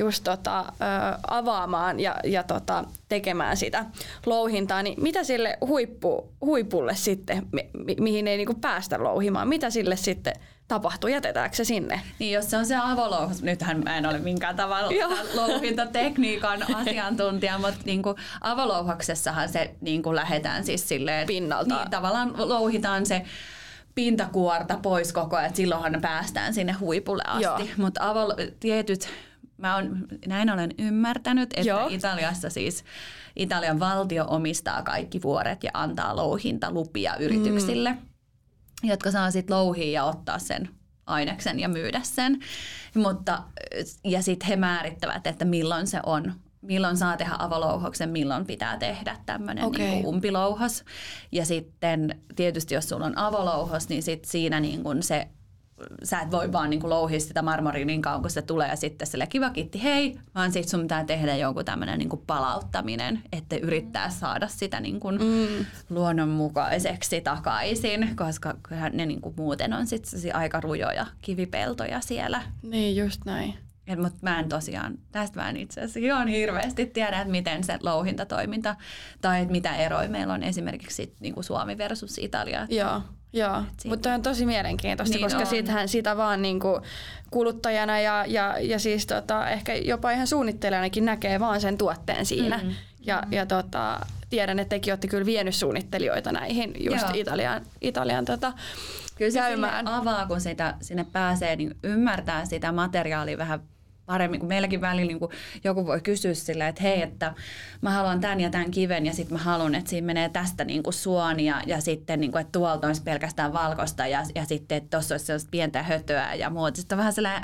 avaamaan ja tekemään sitä louhintaa, niin mitä sille huipulle sitten, mihin ei niinku päästä louhimaan, mitä sille sitten tapahtuu, jätetäänkö se sinne? Niin, jos se on se avolouhus, nythän mä en ole minkään tavalla louhintatekniikan asiantuntija, mutta niinku avolouhoksessahan se niinku lähdetään siis silleen, pinnalta. Niin, tavallaan louhitaan se pintakuorta pois koko ajan, että silloinhan päästään sinne huipulle asti. Mutta tietyt, näin olen ymmärtänyt, että Italiassa siis Italian valtio omistaa kaikki vuoret ja antaa louhintalupia yrityksille, jotka saa sitten louhia ja ottaa sen aineksen ja myydä sen. Ja sitten he määrittävät, että milloin se on. Milloin saa tehdä avolouhoksen, milloin pitää tehdä tämmöinen niinku umpilouhos. Ja sitten tietysti jos sulla on avolouhos, niin sit siinä niinku sä et voi vaan niinku louhia sitä marmoria niin kauan, kun se tulee ja sitten sille kiva kiitti, hei, vaan sit sun pitää tehdä joku tämmöinen niinku palauttaminen, että yrittää saada sitä niinku luonnonmukaiseksi takaisin, koska kyllähän ne niinku muuten on sitten aika rujoja kivipeltoja siellä. Niin, just näin. Mutta tästä mä en itse asiassa ihan hirveästi tiedä, että miten se louhintatoiminta tai mitä eroja meillä on esimerkiksi niinku Suomi versus Italia. Joo. Mutta on tosi mielenkiintoista, niin koska sitä vaan niinku kuluttajana ja siis ehkä jopa ihan suunnittelijanakin näkee vaan sen tuotteen siinä. Ja tiedän, että tekin olette kyllä vienyt suunnittelijoita näihin just Italian kyllä se avaa, kun sinne pääsee, niin ymmärtää sitä materiaalia vähän paremmin, kun meilläkin välillä niin kun joku voi kysyä silleen, että hei, että mä haluan tämän ja tämän kiven ja sitten mä haluan, että siinä menee tästä niin kuin suonia ja sitten, niin kuin, että tuolta olisi pelkästään valkoista ja sitten, että tuossa olisi sellaista pientä hötöä ja muuta. Sitten on vähän sellainen,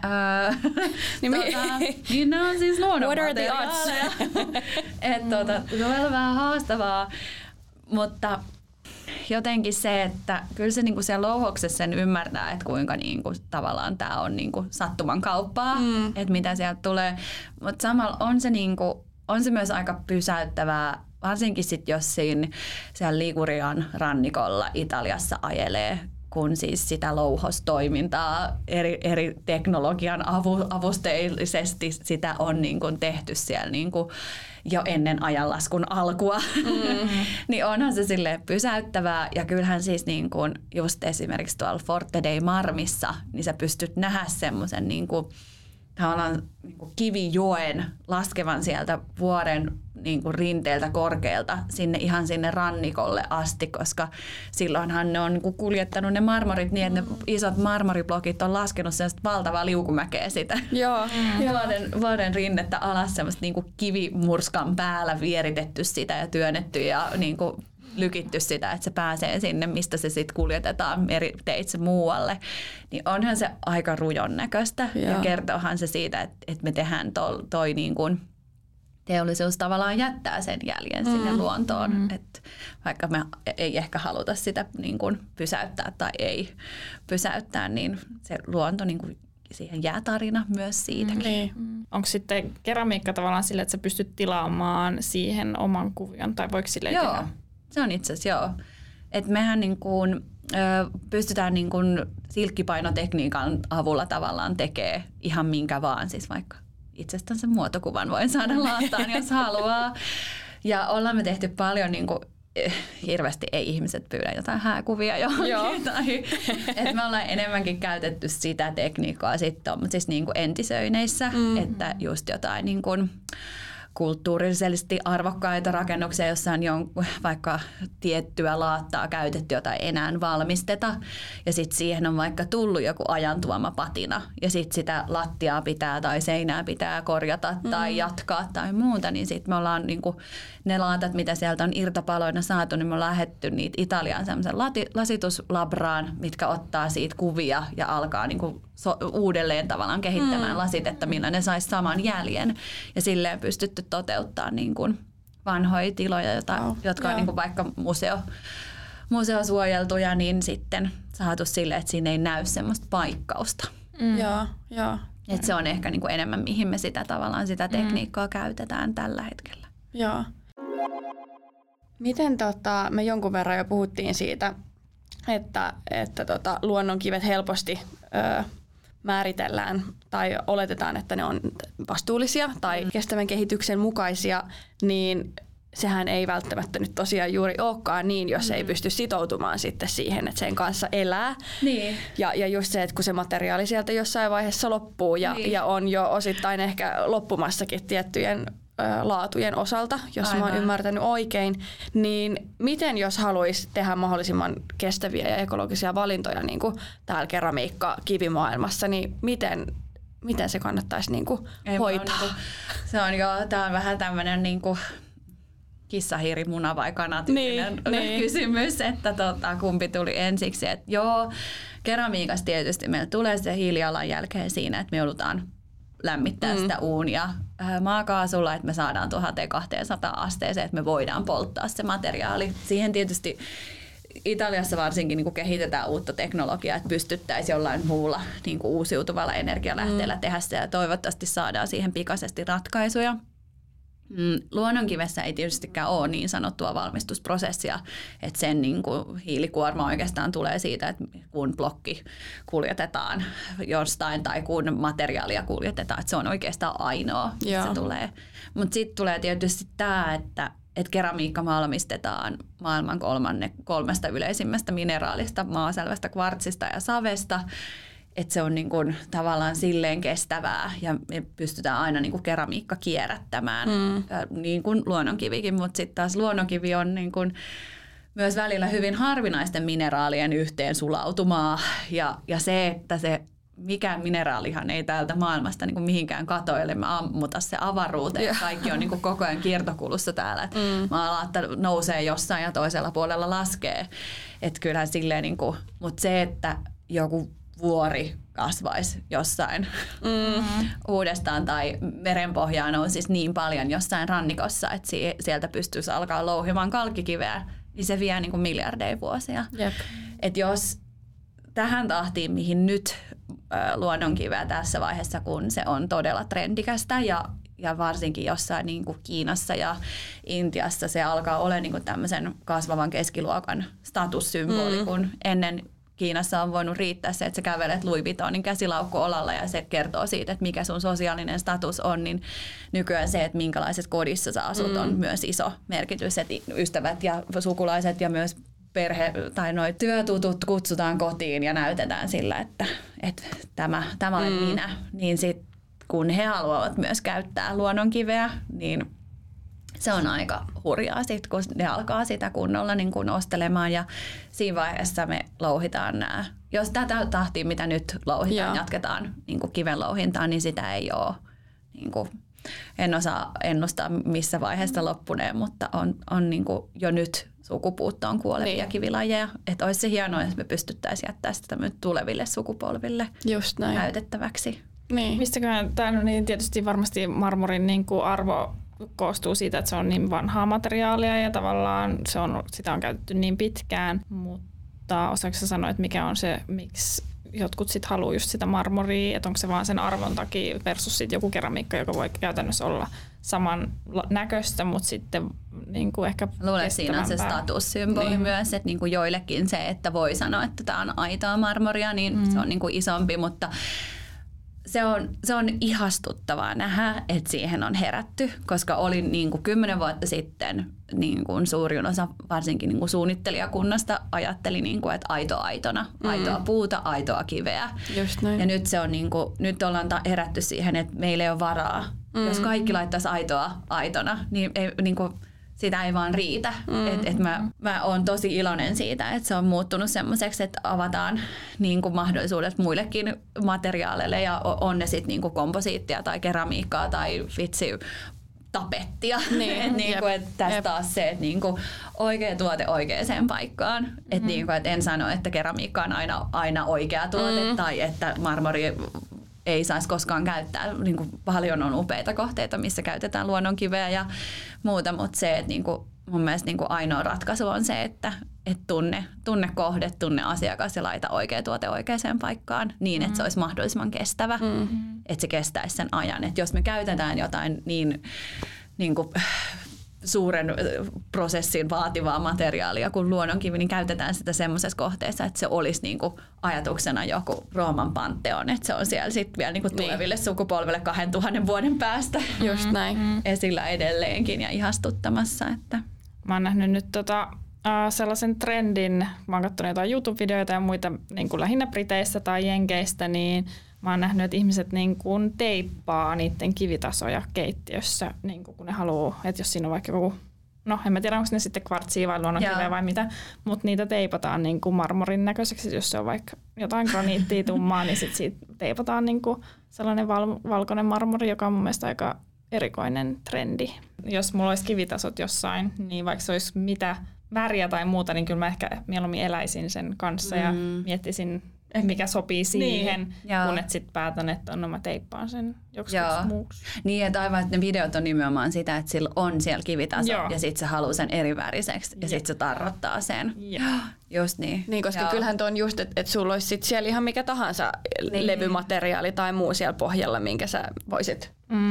niin ne on siis luonnonmateriaaleja. Että se on vähän haastavaa, mutta jotenkin se, että kyllä se niinku siellä louhoksessa sen ymmärtää, että kuinka niinku tavallaan tämä on niinku sattuman kauppaa, että mitä sieltä tulee. Mutta samalla on se myös aika pysäyttävää, varsinkin sit, jos siellä Ligurian rannikolla Italiassa ajelee, kun siis sitä louhostoimintaa eri teknologian avusteisesti sitä on niinku tehty siellä niinku jo ennen ajanlaskun alkua, niin onhan se silleen pysäyttävää. Ja kyllähän siis niin kuin just esimerkiksi tuolla Forte dei Marmissa, niin sä pystyt nähdä semmoisen niin kuin kivijoen laskevan sieltä vuoren niin kuin rinteeltä korkealta ihan sinne rannikolle asti, koska silloinhan ne on niin kuin kuljettanut ne marmorit niin, että ne isot marmoriblokit on laskenut sellaista valtavaa liukumäkeä sitä vuoden rinnettä alas, semmoista niin kuin kivimurskan päällä vieritetty sitä ja työnnetty ja niin kuin lykitty sitä, että se pääsee sinne, mistä se sitten kuljetetaan eri teitse muualle, niin onhan se aika rujon näköistä. Ja kertoohan se siitä, että me tehdään toi niin kuin teollisuus tavallaan jättää sen jäljen sinne luontoon, että vaikka me ei ehkä haluta sitä niin kuin pysäyttää tai ei pysäyttää, niin se luonto niin kuin siihen jää tarina myös siitäkin. Onko sitten keramiikka tavallaan sille, että sä pystyt tilaamaan siihen oman kuvion, tai voiko sille Joo, tehdä? se on itse asiassa joo. Et mehän niin kuin, pystytään niin kuin silkkipainotekniikan avulla tavallaan tekemään ihan minkä vaan, siis vaikka itsestään sen muotokuvan voin saada laattaan, jos haluaa. Ja ollaan me tehty paljon, niin kuin, hirveästi ei ihmiset pyydä jotain hääkuvia johonkin. Tai, että me ollaan enemmänkin käytetty sitä tekniikkaa sitten siis niin kuin entisöineissä, että just jotain niin kuin kulttuurillisesti arvokkaita rakennuksia, jossa on vaikka tiettyä laattaa käytetty, jota ei enää valmisteta. Ja sitten siihen on vaikka tullut joku ajantuoma patina. Ja sitten sitä lattiaa pitää tai seinää pitää korjata tai jatkaa tai muuta. Niin sitten me ollaan niinku, ne laatat, mitä sieltä on irtopaloina saatu, niin me ollaan lähdetty niitä Italiaan semmoisen lasituslabraan, mitkä ottaa siitä kuvia ja alkaa niinku uudelleen tavallaan kehittämään lasitetta, millä ne saisi saman jäljen. Ja silleen pystytty toteuttaa niin kuin vanhoja tiloja, jotka on niin kuin vaikka museosuojeltuja, niin sitten saatu silleen, että siinä ei näy semmoista paikkausta. Et se on ehkä niin kuin enemmän, mihin me sitä tavallaan sitä tekniikkaa käytetään tällä hetkellä. Joo. Miten me jonkun verran jo puhuttiin siitä, että luonnonkivet helposti määritellään tai oletetaan, että ne on vastuullisia tai kestävän kehityksen mukaisia, niin sehän ei välttämättä nyt tosiaan juuri olekaan niin, jos ei pysty sitoutumaan sitten siihen, että sen kanssa elää. Niin. Ja just se, että kun se materiaali sieltä jossain vaiheessa loppuu ja on jo osittain ehkä loppumassakin tiettyjen laatujen osalta, jos mä oon ymmärtänyt oikein, niin miten jos haluaisi tehdä mahdollisimman kestäviä ja ekologisia valintoja niin kuin täällä keramiikka-kivimaailmassa, niin miten se kannattaisi niin kuin hoitaa? Se on tää on vähän tämmöinen niin kuin kissahiiri, muna vai kana -tyylinen kysymys, että kumpi tuli ensiksi. Et keramiikassa tietysti meillä tulee se hiilijalanjälkeen siinä, että me joudutaan lämmittää sitä uunia maakaasulla, että me saadaan 1200 asteeseen, että me voidaan polttaa se materiaali. Siihen tietysti Italiassa varsinkin niin kuin kehitetään uutta teknologiaa, että pystyttäisiin jollain muulla niin kuin uusiutuvalla energialähteellä tehdä se, ja toivottavasti saadaan siihen pikaisesti ratkaisuja. Luonnonkivessä ei tietystikään ole niin sanottua valmistusprosessia, että sen niin kuin hiilikuorma oikeastaan tulee siitä, että kun blokki kuljetetaan jostain tai kun materiaalia kuljetetaan, että se on oikeastaan ainoa, se tulee. Mutta sitten tulee tietysti tämä, että keramiikka valmistetaan maailman 3 yleisimmästä mineraalista, maaselvästä, kvartsista ja savesta. Että se on niin kuin tavallaan silleen kestävää ja me pystytään aina niin kuin keramiikka kierrättämään, niin kuin luonnonkivikin, mutta sitten taas luonnonkivi on niin kuin myös välillä hyvin harvinaisten mineraalien yhteen sulautumaa ja se, että se mikään mineraalihan ei täältä maailmasta niin kuin mihinkään katoile, me ammuta se avaruuteen ja kaikki on niin kuin koko ajan kiertokulussa täällä, että maalaatta nousee jossain ja toisella puolella laskee, että kyllähän silleen niin kuin, mutta se, että joku vuori kasvaisi jossain uudestaan tai merenpohjaa nousisi niin paljon jossain rannikossa, että sieltä pystyisi alkaa louhimaan kalkkikiveä, niin se vie niin kuin miljardeja vuosia. Et jos tähän tahtiin, mihin nyt luonnonkiveä tässä vaiheessa, kun se on todella trendikästä ja varsinkin jossain niin kuin Kiinassa ja Intiassa se alkaa olla niin kuin tämmöisen kasvavan keskiluokan statussymboli, kun ennen Kiinassa on voinut riittää se, että sä kävelet Louis Vuittonin käsilaukku olalla ja se kertoo siitä, että mikä sun sosiaalinen status on, niin nykyään se, että minkälaiset kodissa sä asut, on myös iso merkitys, että ystävät ja sukulaiset ja myös perhe tai noi työtutut kutsutaan kotiin ja näytetään sillä, että tämä olen minä. Niin sit, kun he haluavat myös käyttää luonnonkiveä, niin se on aika hurjaa sit, kun ne alkaa sitä kunnolla niin kun ostelemaan ja siinä vaiheessa me louhitaan nämä. Jos tätä tahtia, mitä nyt louhitaan, jatketaan niin kun kiven louhintaan, niin sitä ei ole. Niin kun, en osaa ennustaa missä vaiheessa loppuneen, mutta on niin kun jo nyt sukupuuttoon kuolevia kivilajeja. Että olisi se hienoa, jos me pystyttäisiin jättää sitä tuleville sukupolville käytettäväksi. Niin. Mistäköhän tämä niin tietysti varmasti marmorin niin kuin arvo koostuu siitä, että se on niin vanhaa materiaalia ja tavallaan sitä on käytetty niin pitkään, mutta osaatko sä sanoa, että mikä on se, miksi jotkut sit haluaa just sitä marmoria, että onko se vaan sen arvon takia versus sit joku keramiikka, joka voi käytännössä olla saman näköistä, mutta sitten niin kuin ehkä luulen, että siinä on se statussymboli myös, että niin kuin joillekin se, että voi sanoa, että tämä on aitoa marmoria, niin se on niin kuin isompi, mutta se on ihastuttavaa nähdä, että siihen on herätty, koska oli niin kuin 10 vuotta sitten niin kuin suurin osa varsinkin niin kuin suunnittelijakunnasta ajatteli, niin kuin, että aito aitona, aitoa puuta, aitoa kiveä. Just näin. Ja nyt, se on niin kuin, nyt ollaan herätty siihen, että meillä ei ole varaa. Jos kaikki laittaisi aitoa aitona, niin, niin kuin, sitä ei vaan riitä. Mä oon tosi iloinen siitä, että se on muuttunut semmoiseksi, että avataan niin kuin mahdollisuudet muillekin materiaaleille ja on ne sitten niin kuin komposiittia tai keramiikkaa tai tapettia. Että tässä taas se, että niin kuin oikea tuote oikeaan paikkaan. Että niin kuin, että en sano, että keramiikka on aina oikea tuote tai että marmori ei saisi koskaan käyttää. Niin kuin paljon on upeita kohteita, missä käytetään luonnonkiveä ja muuta, mutta se, että niin kuin mun mielestä niin kuin ainoa ratkaisu on se, että tunne kohde, tunne asiakas ja laita oikea tuote oikeaan paikkaan niin, että se olisi mahdollisimman kestävä, että se kestäisi sen ajan. Että jos me käytetään jotain niin kuin suuren prosessin vaativaa materiaalia kuin luonnonkivi, niin käytetään sitä semmoisessa kohteessa, että se olisi niin kuin ajatuksena joku Rooman Pantheon, että se on siellä sitten vielä niin kuin tuleville sukupolville 2000 vuoden päästä just näin esillä edelleenkin ja ihastuttamassa. Että. Mä oon nähnyt nyt sellaisen trendin, mä oon katsonut jotain YouTube-videoita ja muita niin kuin lähinnä Briteissä tai Jenkeistä, niin mä oon nähnyt, että ihmiset niin kuin teippaa niiden kivitasoja keittiössä, niin kuin kun ne haluaa, että jos siinä on vaikka joku, no en mä tiedä, onko ne sitten kvartsia vai luonnonkiveä vai mitä, mutta niitä teipataan niin kuin marmorin näköiseksi, jos se on vaikka jotain graniittia tummaa, niin sitten siitä teipataan niin kuin sellainen valkoinen marmori, joka on mun mielestä aika erikoinen trendi. Jos mulla olisi kivitasot jossain, niin vaikka se olisi mitä väriä tai muuta, niin kyllä mä ehkä mieluummin eläisin sen kanssa ja miettisin, mikä sopii siihen, kun et sit päätän, että mä teippaan sen joksikin muuksi. Niin, että aivan, että ne videot on nimenomaan sitä, että sillä on siellä kivitaso ja sit se haluaa sen eriväriseksi ja sit se tarrottaa sen. Just niin. Niin, koska kyllähän tuo on just, että sulla olisi sit siellä ihan mikä tahansa levymateriaali tai muu siellä pohjalla, minkä sä voisit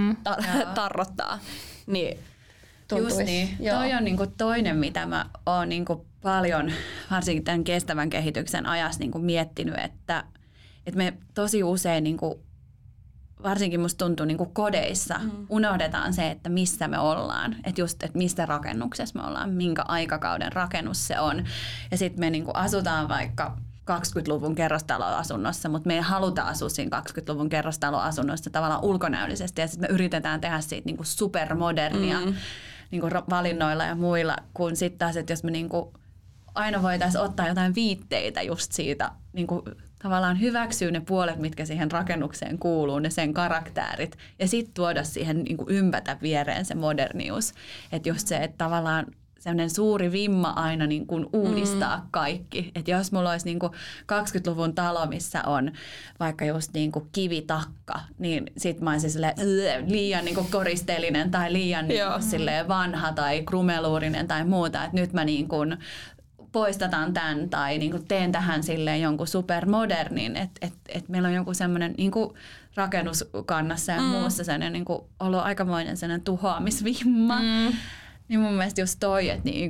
tarrottaa. Niin. Just niin. Toi on niinku toinen, mitä mä oon niinku paljon, varsinkin tämän kestävän kehityksen ajassa niinku miettinyt, että me tosi usein, niinku, varsinkin musta tuntuu niinku kodeissa, unohdetaan se, että missä me ollaan. Että just, että mistä rakennuksessa me ollaan, minkä aikakauden rakennus se on. Ja sitten me niinku asutaan vaikka 20-luvun kerrostaloasunnossa, mutta me ei haluta asua siinä 20-luvun kerrostaloasunnossa tavallaan ulkonäöllisesti. Ja sitten me yritetään tehdä siitä niinku supermodernia niinku valinnoilla ja muilla, kun sitten taas, että jos me niinku aina voitaisiin ottaa jotain viitteitä just siitä, niinku tavallaan hyväksyä ne puolet, mitkä siihen rakennukseen kuuluu, ne sen karakterit, ja sitten tuoda siihen niinku ympätä viereen se modernius. Että just se, että tavallaan sellainen suuri vimma aina niin kuin uudistaa kaikki. Että jos mulla olisi niin kuin 20-luvun talo, missä on vaikka just niin kuin kivitakka, niin sit mä olisin liian niin kuin koristeellinen tai liian niin kuin vanha tai krumeluurinen tai muuta. Että nyt mä niin kuin poistetaan tämän tai niin kuin teen tähän silleen jonkun supermodernin. Että meillä on joku semmoinen niin kuin rakennuskannassa ja muussa sellainen niin kuin ollut aikamoinen sellainen tuhoamisvimma. Niin mun mielestä just toi,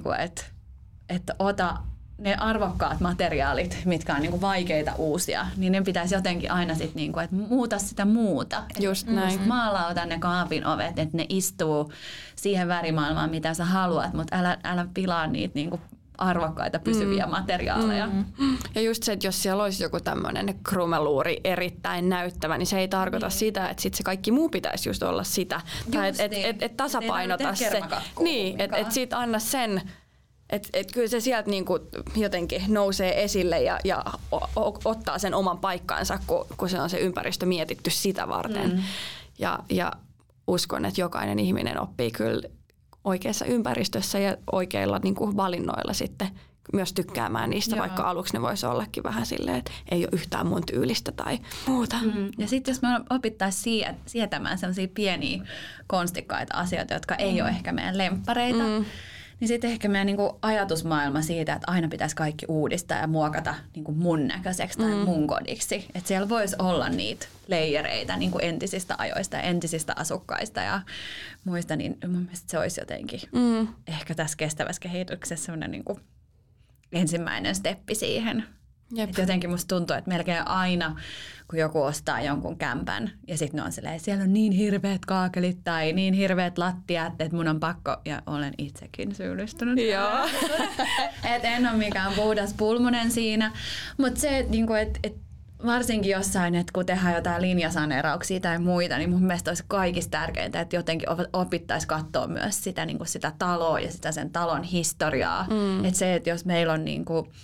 että ota ne arvokkaat materiaalit, mitkä on niinku vaikeita uusia, niin ne pitäisi jotenkin aina sit niinku, että muuta sitä muuta. Just näin. Maalauta ne kaapin ovet, että ne istuu siihen värimaailmaan, mitä sä haluat, mutta älä pilaa niitä niinku arvokkaita pysyviä materiaaleja. Ja just se, että jos siellä olisi joku tämmöinen krumeluuri erittäin näyttävä, niin se ei tarkoita sitä, että sit se kaikki muu pitäisi just olla sitä. Tai että tasapainota se. Niin, että sit anna sen, että kyllä se sieltä niinku jotenkin nousee esille ja ottaa sen oman paikkansa, kun se on se ympäristö mietitty sitä varten. Ja uskon, että jokainen ihminen oppii kyllä oikeassa ympäristössä ja oikeilla niin kuin valinnoilla sitten myös tykkäämään niistä, vaikka aluksi ne voisi ollakin vähän silleen, että ei ole yhtään mun tyylistä tai muuta. Ja sitten jos me opittaisiin sietämään sellaisia pieniä konstikkaita asioita, jotka ei ole ehkä meidän lemppareita, niin sitten ehkä meidän niinku ajatusmaailma siitä, että aina pitäisi kaikki uudistaa ja muokata niinku mun näköiseksi tai mun kodiksi. Että siellä voisi olla niitä leijereitä niinku entisistä ajoista ja entisistä asukkaista ja muista, niin mun mielestä se olisi jotenkin ehkä tässä kestävässä kehityksessä sellainen niinku ensimmäinen steppi siihen. Et jotenkin musta tuntuu, että melkein aina, kun joku ostaa jonkun kämpän ja sitten ne on silleen, siellä on niin hirveät kaakelit tai niin hirveät lattiat, että mun on pakko, ja olen itsekin syyllistynyt. Joo. Että en ole mikään puhdas pulmunen siinä, mutta se, että varsinkin jossain, että kun tehdään jotain linjasaneerauksia tai muita, niin mun mielestä olisi kaikista tärkeintä, että jotenkin opittaisiin katsoa myös sitä, niin kuin sitä taloa ja sitä sen talon historiaa. Että se, että jos meillä on niin kuin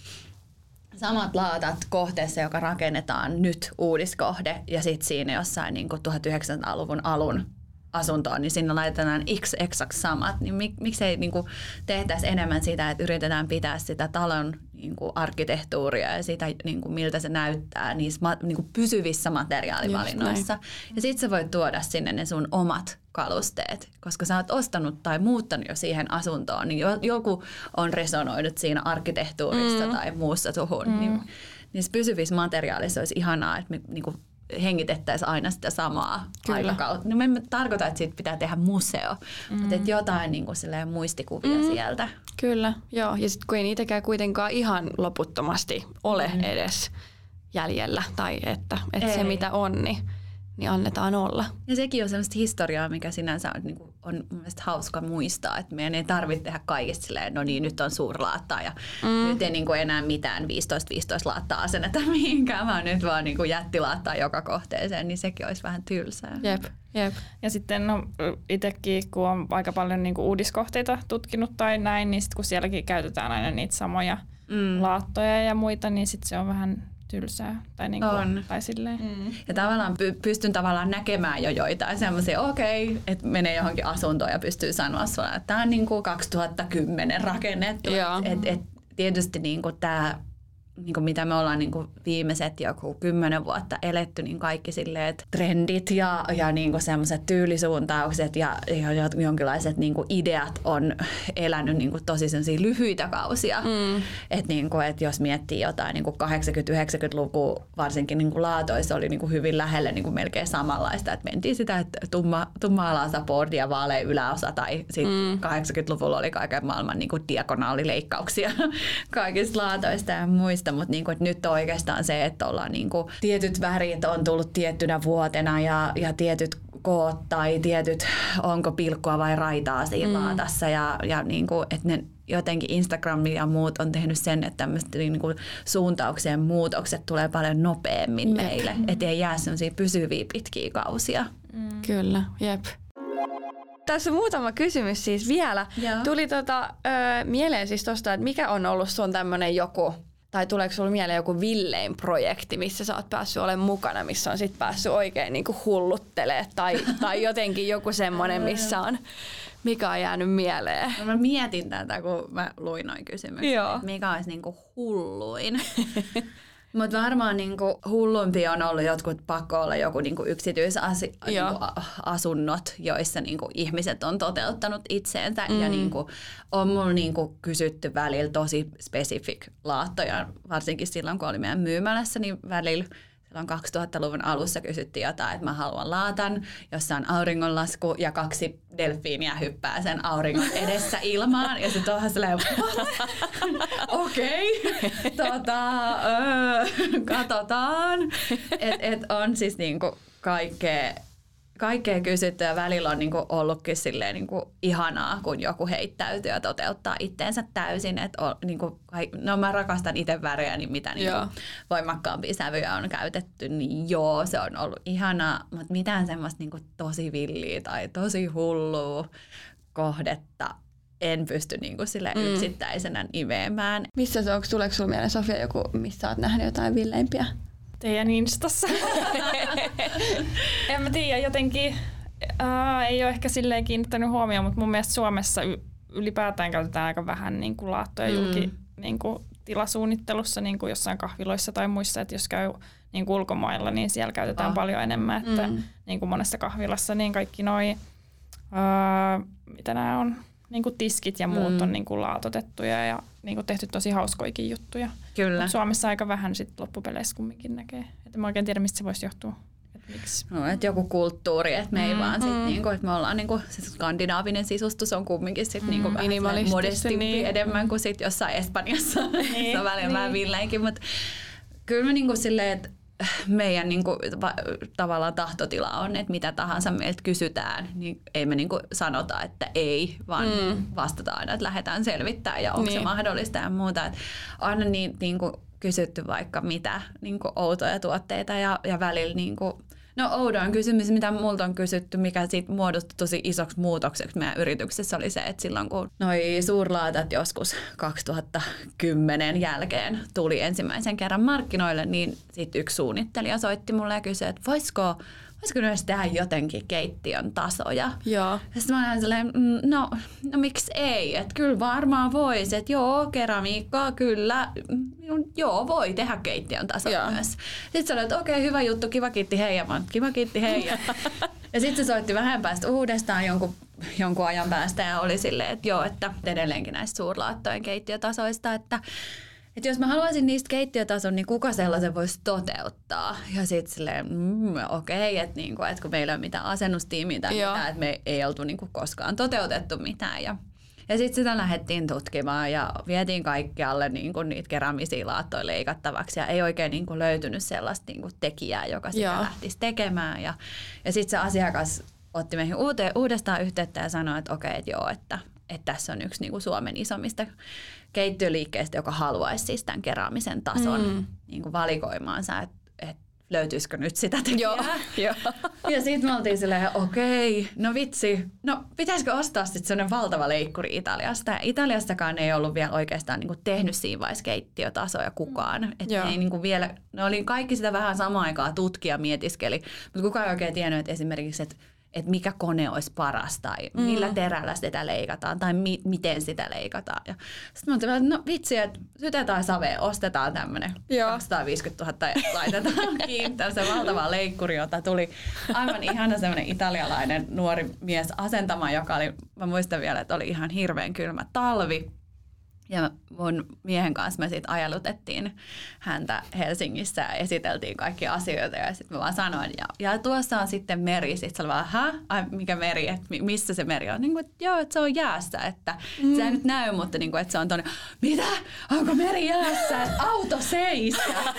samat laatat kohteessa, joka rakennetaan nyt uudiskohde, ja sitten siinä jossain niin kuin 1900-luvun alun asuntoon, niin sinne laitetaan eksakt samat. Niin miksei niin kuin tehtäisi enemmän sitä, että yritetään pitää sitä talon niin kuin arkkitehtuuria ja sitä, niin kuin miltä se näyttää niissä niin kuin pysyvissä materiaalivalinnoissa. Ja sitten sä voit tuoda sinne ne sun omat kalusteet, koska sä oot ostanut tai muuttanut jo siihen asuntoon, niin joku on resonoidut siinä arkkitehtuurissa tai muussa tuhun. Niin niissä pysyvissä materiaalissa olisi ihanaa, että me niin kuin hengitettäisiin aina sitä samaa aikakautta. No, en tarkoita, että siitä pitää tehdä museo, mutta että jotain niin kuin muistikuvia sieltä. Kyllä, joo. Ja sitten kun ei niitäkään kuitenkaan ihan loputtomasti ole edes jäljellä, tai että se mitä on, niin annetaan olla. Ja sekin on sellaista historiaa, mikä sinänsä on mun mielestä hauska muistaa, että meidän ei tarvitse tehdä kaikista silleen, no niin, nyt on suurlaattaa ja nyt ei enää mitään 15-15 laattaa asenneta mihinkään, vaan nyt vaan jättilaattaa joka kohteeseen, niin sekin olisi vähän tylsää. Jep. Ja sitten itsekin, kun on aika paljon uudiskohteita tutkinut tai näin, niin sitten kun sielläkin käytetään aina niitä samoja laattoja ja muita, niin sitten se on vähän tylsää. Tai, tai silleen. Ja tavallaan pystyn tavallaan näkemään jo joitain semmoisia, että menee johonkin asuntoon ja pystyy sanoa sulle, että tämä on 2010 rakennettu. Tietysti tämä, mitä me ollaan viimeiset joku 10 vuotta eletty, niin kaikki silleen, trendit ja semmoiset tyylisuuntaukset ja jonkinlaiset ideat on elänyt tosi sellaisia lyhyitä kausia. Että jos miettii jotain 80-90-lukua, varsinkin laatoissa oli hyvin lähelle melkein samanlaista, että mentiin sitä, että tumma alaosaboardi ja vaalea yläosa, tai sitten 80-luvulla oli kaiken maailman diagonaalileikkauksia kaikista laatoista ja muista. Mutta nyt on oikeastaan se, että ollaan tietyt värit on tullut tiettynä vuotena ja tietyt koot tai tietyt, onko pilkkua vai raitaa siinä laatassa ja että ne jotenkin Instagram ja muut on tehnyt sen, että tämmöiset suuntauksien muutokset tulee paljon nopeammin meille, että ei jää semmoisia pysyviä pitkiä kausia. Kyllä, jep. Tässä on muutama kysymys siis vielä. Joo. Tuli mieleen siis tosta, että mikä on ollut sun tämmönen joku, tai tuleeko sulla mieleen joku villein projekti, missä sä oot päässyt olemaan mukana, missä on sit päässyt oikein hulluttelemaan, tai jotenkin joku semmonen, mikä on jäänyt mieleen? Mä mietin tätä, kun mä luin noin kysymyksiä, mikä olisi hulluin. Mutta varmaan hullumpi on ollut jotkut pakko olla joku yksityisasunnot, joissa ihmiset on toteuttanut itseensä. Ja on mulla kysytty välillä tosi specific laattoja, varsinkin silloin kun oli meidän myymälässä, niin välillä silloin 2000-luvun alussa kysyttiin jotain, että mä haluan laatan, jossa on auringonlasku ja 2 delfiiniä hyppää sen auringon edessä ilmaan. Ja sitten onhan silleen, katsotaan. Että on siis kaikkea kysytty ja välillä on ollutkin silleen ihanaa, kun joku heittäytyy ja toteuttaa itteensä täysin. No mä rakastan itse värejä, niin mitä voimakkaampia sävyjä on käytetty, niin se on ollut ihanaa. Mutta mitään semmoista tosi villiä tai tosi hullua kohdetta en pysty yksittäisenä nimeämään. Missä se onko? Tuleeko sulla mieleen, Sofia, joku, missä olet nähnyt jotain villeimpiä? Teidän Instassa. En mä tiedä, jotenkin ei ole ehkä silleen kiinnittänyt huomioon, mutta mun mielestä Suomessa ylipäätään käytetään aika vähän laattoja niin kuin tilasuunnittelussa niin kuin jossain kahviloissa tai muissa, että jos käy niin kuin ulkomailla, niin siellä käytetään paljon enemmän, että niin kuin monessa kahvilassa niin kaikki noi, mitä nämä on, niin kuin tiskit ja muut on niin kuin laatotettuja ja niin kuin tehty tosi hauskoikin juttuja. Kyllä. Mut Suomessa aika vähän sit loppupeleissä kumminkin näkee. Et en mä oikein tiedä, mistä se voisi johtua. Miksi? No, että joku kulttuuri, että me ei vaan sit niinku, että me ollaan niinku, se skandinaavinen sisustus on kumminkin sit niinku vähän modestimpi enemmän kuin sit jossain Espanjassa. Se on välillä vähän villeinkin, mutta kyllä me niinku silleen, että meidän niinku, tavallaan tahtotila on, että mitä tahansa meiltä kysytään, niin ei me niinku sanota, että ei, vaan vastataan aina, että lähdetään selvittämään ja onko se mahdollista ja muuta. Että aina niinku kysytty vaikka mitä niinku outoja tuotteita ja välillä niinku, no oudoin kysymys, mitä multa on kysytty, mikä siitä muodostui tosi isoksi muutokseksi meidän yrityksessä oli se, että silloin kun noi suurlaatat joskus 2010 jälkeen tuli ensimmäisen kerran markkinoille, niin sitten yksi suunnittelija soitti mulle ja kysyi, että voisiko myös tehdä jotenkin keittiön tasoja? Joo. Ja sitten mä olin silleen, no miksi ei? Että kyllä varmaan voisi, että joo, keramiikkaa kyllä, joo, voi tehdä keittiön tasoja myös. Sitten se oli, että okei, hyvä juttu, kiva kiitti hei, kiva kiitti hei. Ja sitten se soitti vähän päästä uudestaan jonkun ajan päästä ja oli silleen, että joo, että edelleenkin näistä suurlaattojen keittiötasoista, että jos mä haluaisin niistä keittiötason, niin kuka sellaisen voisi toteuttaa? Ja sitten silleen, okei, että niinku, et kun meillä ei ole mitään asennustiimiä tai mitään, että me ei oltu niinku koskaan toteutettu mitään. Ja sitten sitä lähdettiin tutkimaan ja vietiin kaikkialle niinku niitä keramisia laattoja leikattavaksi. Ja ei oikein niinku löytynyt sellaista niinku tekijää, joka sitä lähtisi tekemään. Ja sitten se asiakas otti meihin uudestaan yhteyttä ja sanoi, että okei, että joo, että tässä on yksi niinku Suomen isommista keittiöliikkeestä, joka haluaisi siis tämän keraamisen tason niin kuin valikoimaansa, että löytyisikö nyt sitä tekijää. Ja sitten me oltiin silleen, okei, no vitsi, no pitäisikö ostaa sitten sellainen valtava leikkuri Italiasta. Italiastakaan ei ollut vielä oikeastaan niin kuin tehnyt siinä vaiheessa keittiötasoja kukaan. Että ei niin kuin vielä, ne oli kaikki sitä vähän samaan aikaan tutkia mietiskeli, mutta kukaan ei oikein tiennyt, että esimerkiksi, että mikä kone olisi paras tai millä terällä sitä leikataan tai miten sitä leikataan. Sitten mä ajattelin, että no vitsi, että syte tai save, ostetaan tämmöinen 250 000 ja laitetaan kiinni tämmöisen valtava leikkuri, jota tuli aivan ihana semmoinen italialainen nuori mies asentamaan, joka oli, mä muistan vielä, että oli ihan hirveän kylmä talvi. Ja mun miehen kanssa me sitten ajelutettiin häntä Helsingissä ja esiteltiin kaikki asioita ja sitten mä vaan sanoin, ja tuossa on sitten meri. Sitten se oli vaan, mikä meri, että missä se meri on? Niin kuin, että joo, että se on jäässä, että se ei nyt näy, mutta niin kuin, että se on tuonne, mitä? Onko meri jäässä? Auto seis!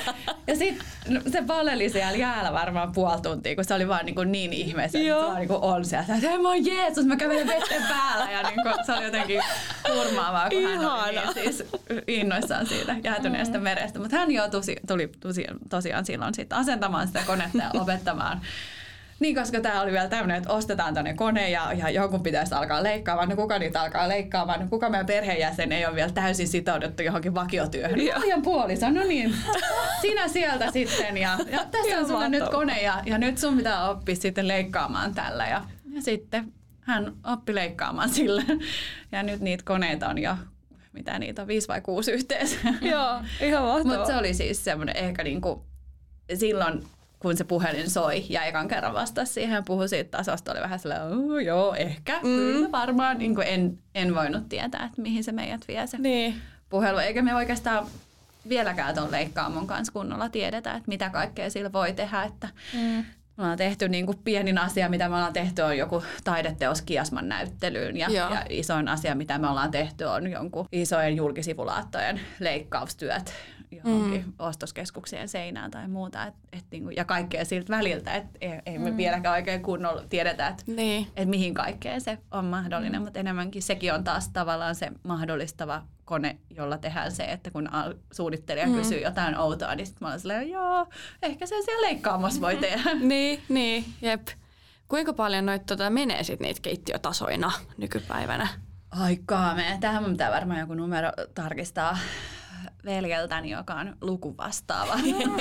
Ja sitten se paleli siellä jäällä varmaan puoli tuntia, kun se oli vaan niin ihmeessä, että se vaan niin kuin on sieltä, että mä oon Jeesus, mä kävelen vetten päällä ja niin kuin, se oli jotenkin hurmaavaa, kun hän oli siis innoissaan siitä jäätyneestä merestä. Mutta hän jo tuli tosiaan silloin sitten asentamaan sitä konetta ja opettamaan. Niin, koska tämä oli vielä tämmöinen, että ostetaan tuonne kone ja jonkun pitäisi alkaa leikkaamaan. No kuka niitä alkaa leikkaamaan? No kuka meidän perheenjäsen ei ole vielä täysin sitouduttu johonkin vakiotyöhön? Ajan puoliso, no niin, sinä sieltä sitten. Ja tässä on sulla nyt kone ja nyt sun pitää oppia sitten leikkaamaan tällä. Ja sitten hän oppi leikkaamaan sillä. Ja nyt niitä koneita on jo, mitä niitä on, 5 vai 6 yhteensä. Joo, ihan mahtavaa. Mutta se oli siis semmoinen ehkä niinku silloin, kun se puhelin soi ja ekan kerran vastasi siihen ja puhui siitä tasosta, oli vähän sellainen, joo, ehkä, kyllä varmaan. Niin en voinut tietää, että mihin se meidät vie se puhelu. Eikä me oikeastaan vieläkään tuon leikkaamon kanssa kunnolla tiedetä, että mitä kaikkea sillä voi tehdä. Että me ollaan tehty niin kuin pienin asia, mitä me ollaan tehty, on joku taideteos Kiasman näyttelyyn. Ja isoin asia, mitä me ollaan tehty, on jonkun isojen julkisivulaattojen leikkaustyöt johonkin ostoskeskuksien seinään tai muuta. Ja kaikkea siltä väliltä. Ei me vieläkään oikein kunnolla tiedetä, että mihin kaikkeen se on mahdollinen. Mutta enemmänkin sekin on taas tavallaan se mahdollistava kone, jolla tehdään se, että kun suunnittelija kysyy jotain outoa, niin sitten mä olen silleen, joo, ehkä se siellä leikkaamassa voi tehdä. Niin, jep. Kuinka paljon noita menee sitten niitä keittiötasoina nykypäivänä? Ai kaamea. Tähän mun pitää varmaan joku numero tarkistaa veljeltäni, joka on lukuvastaava.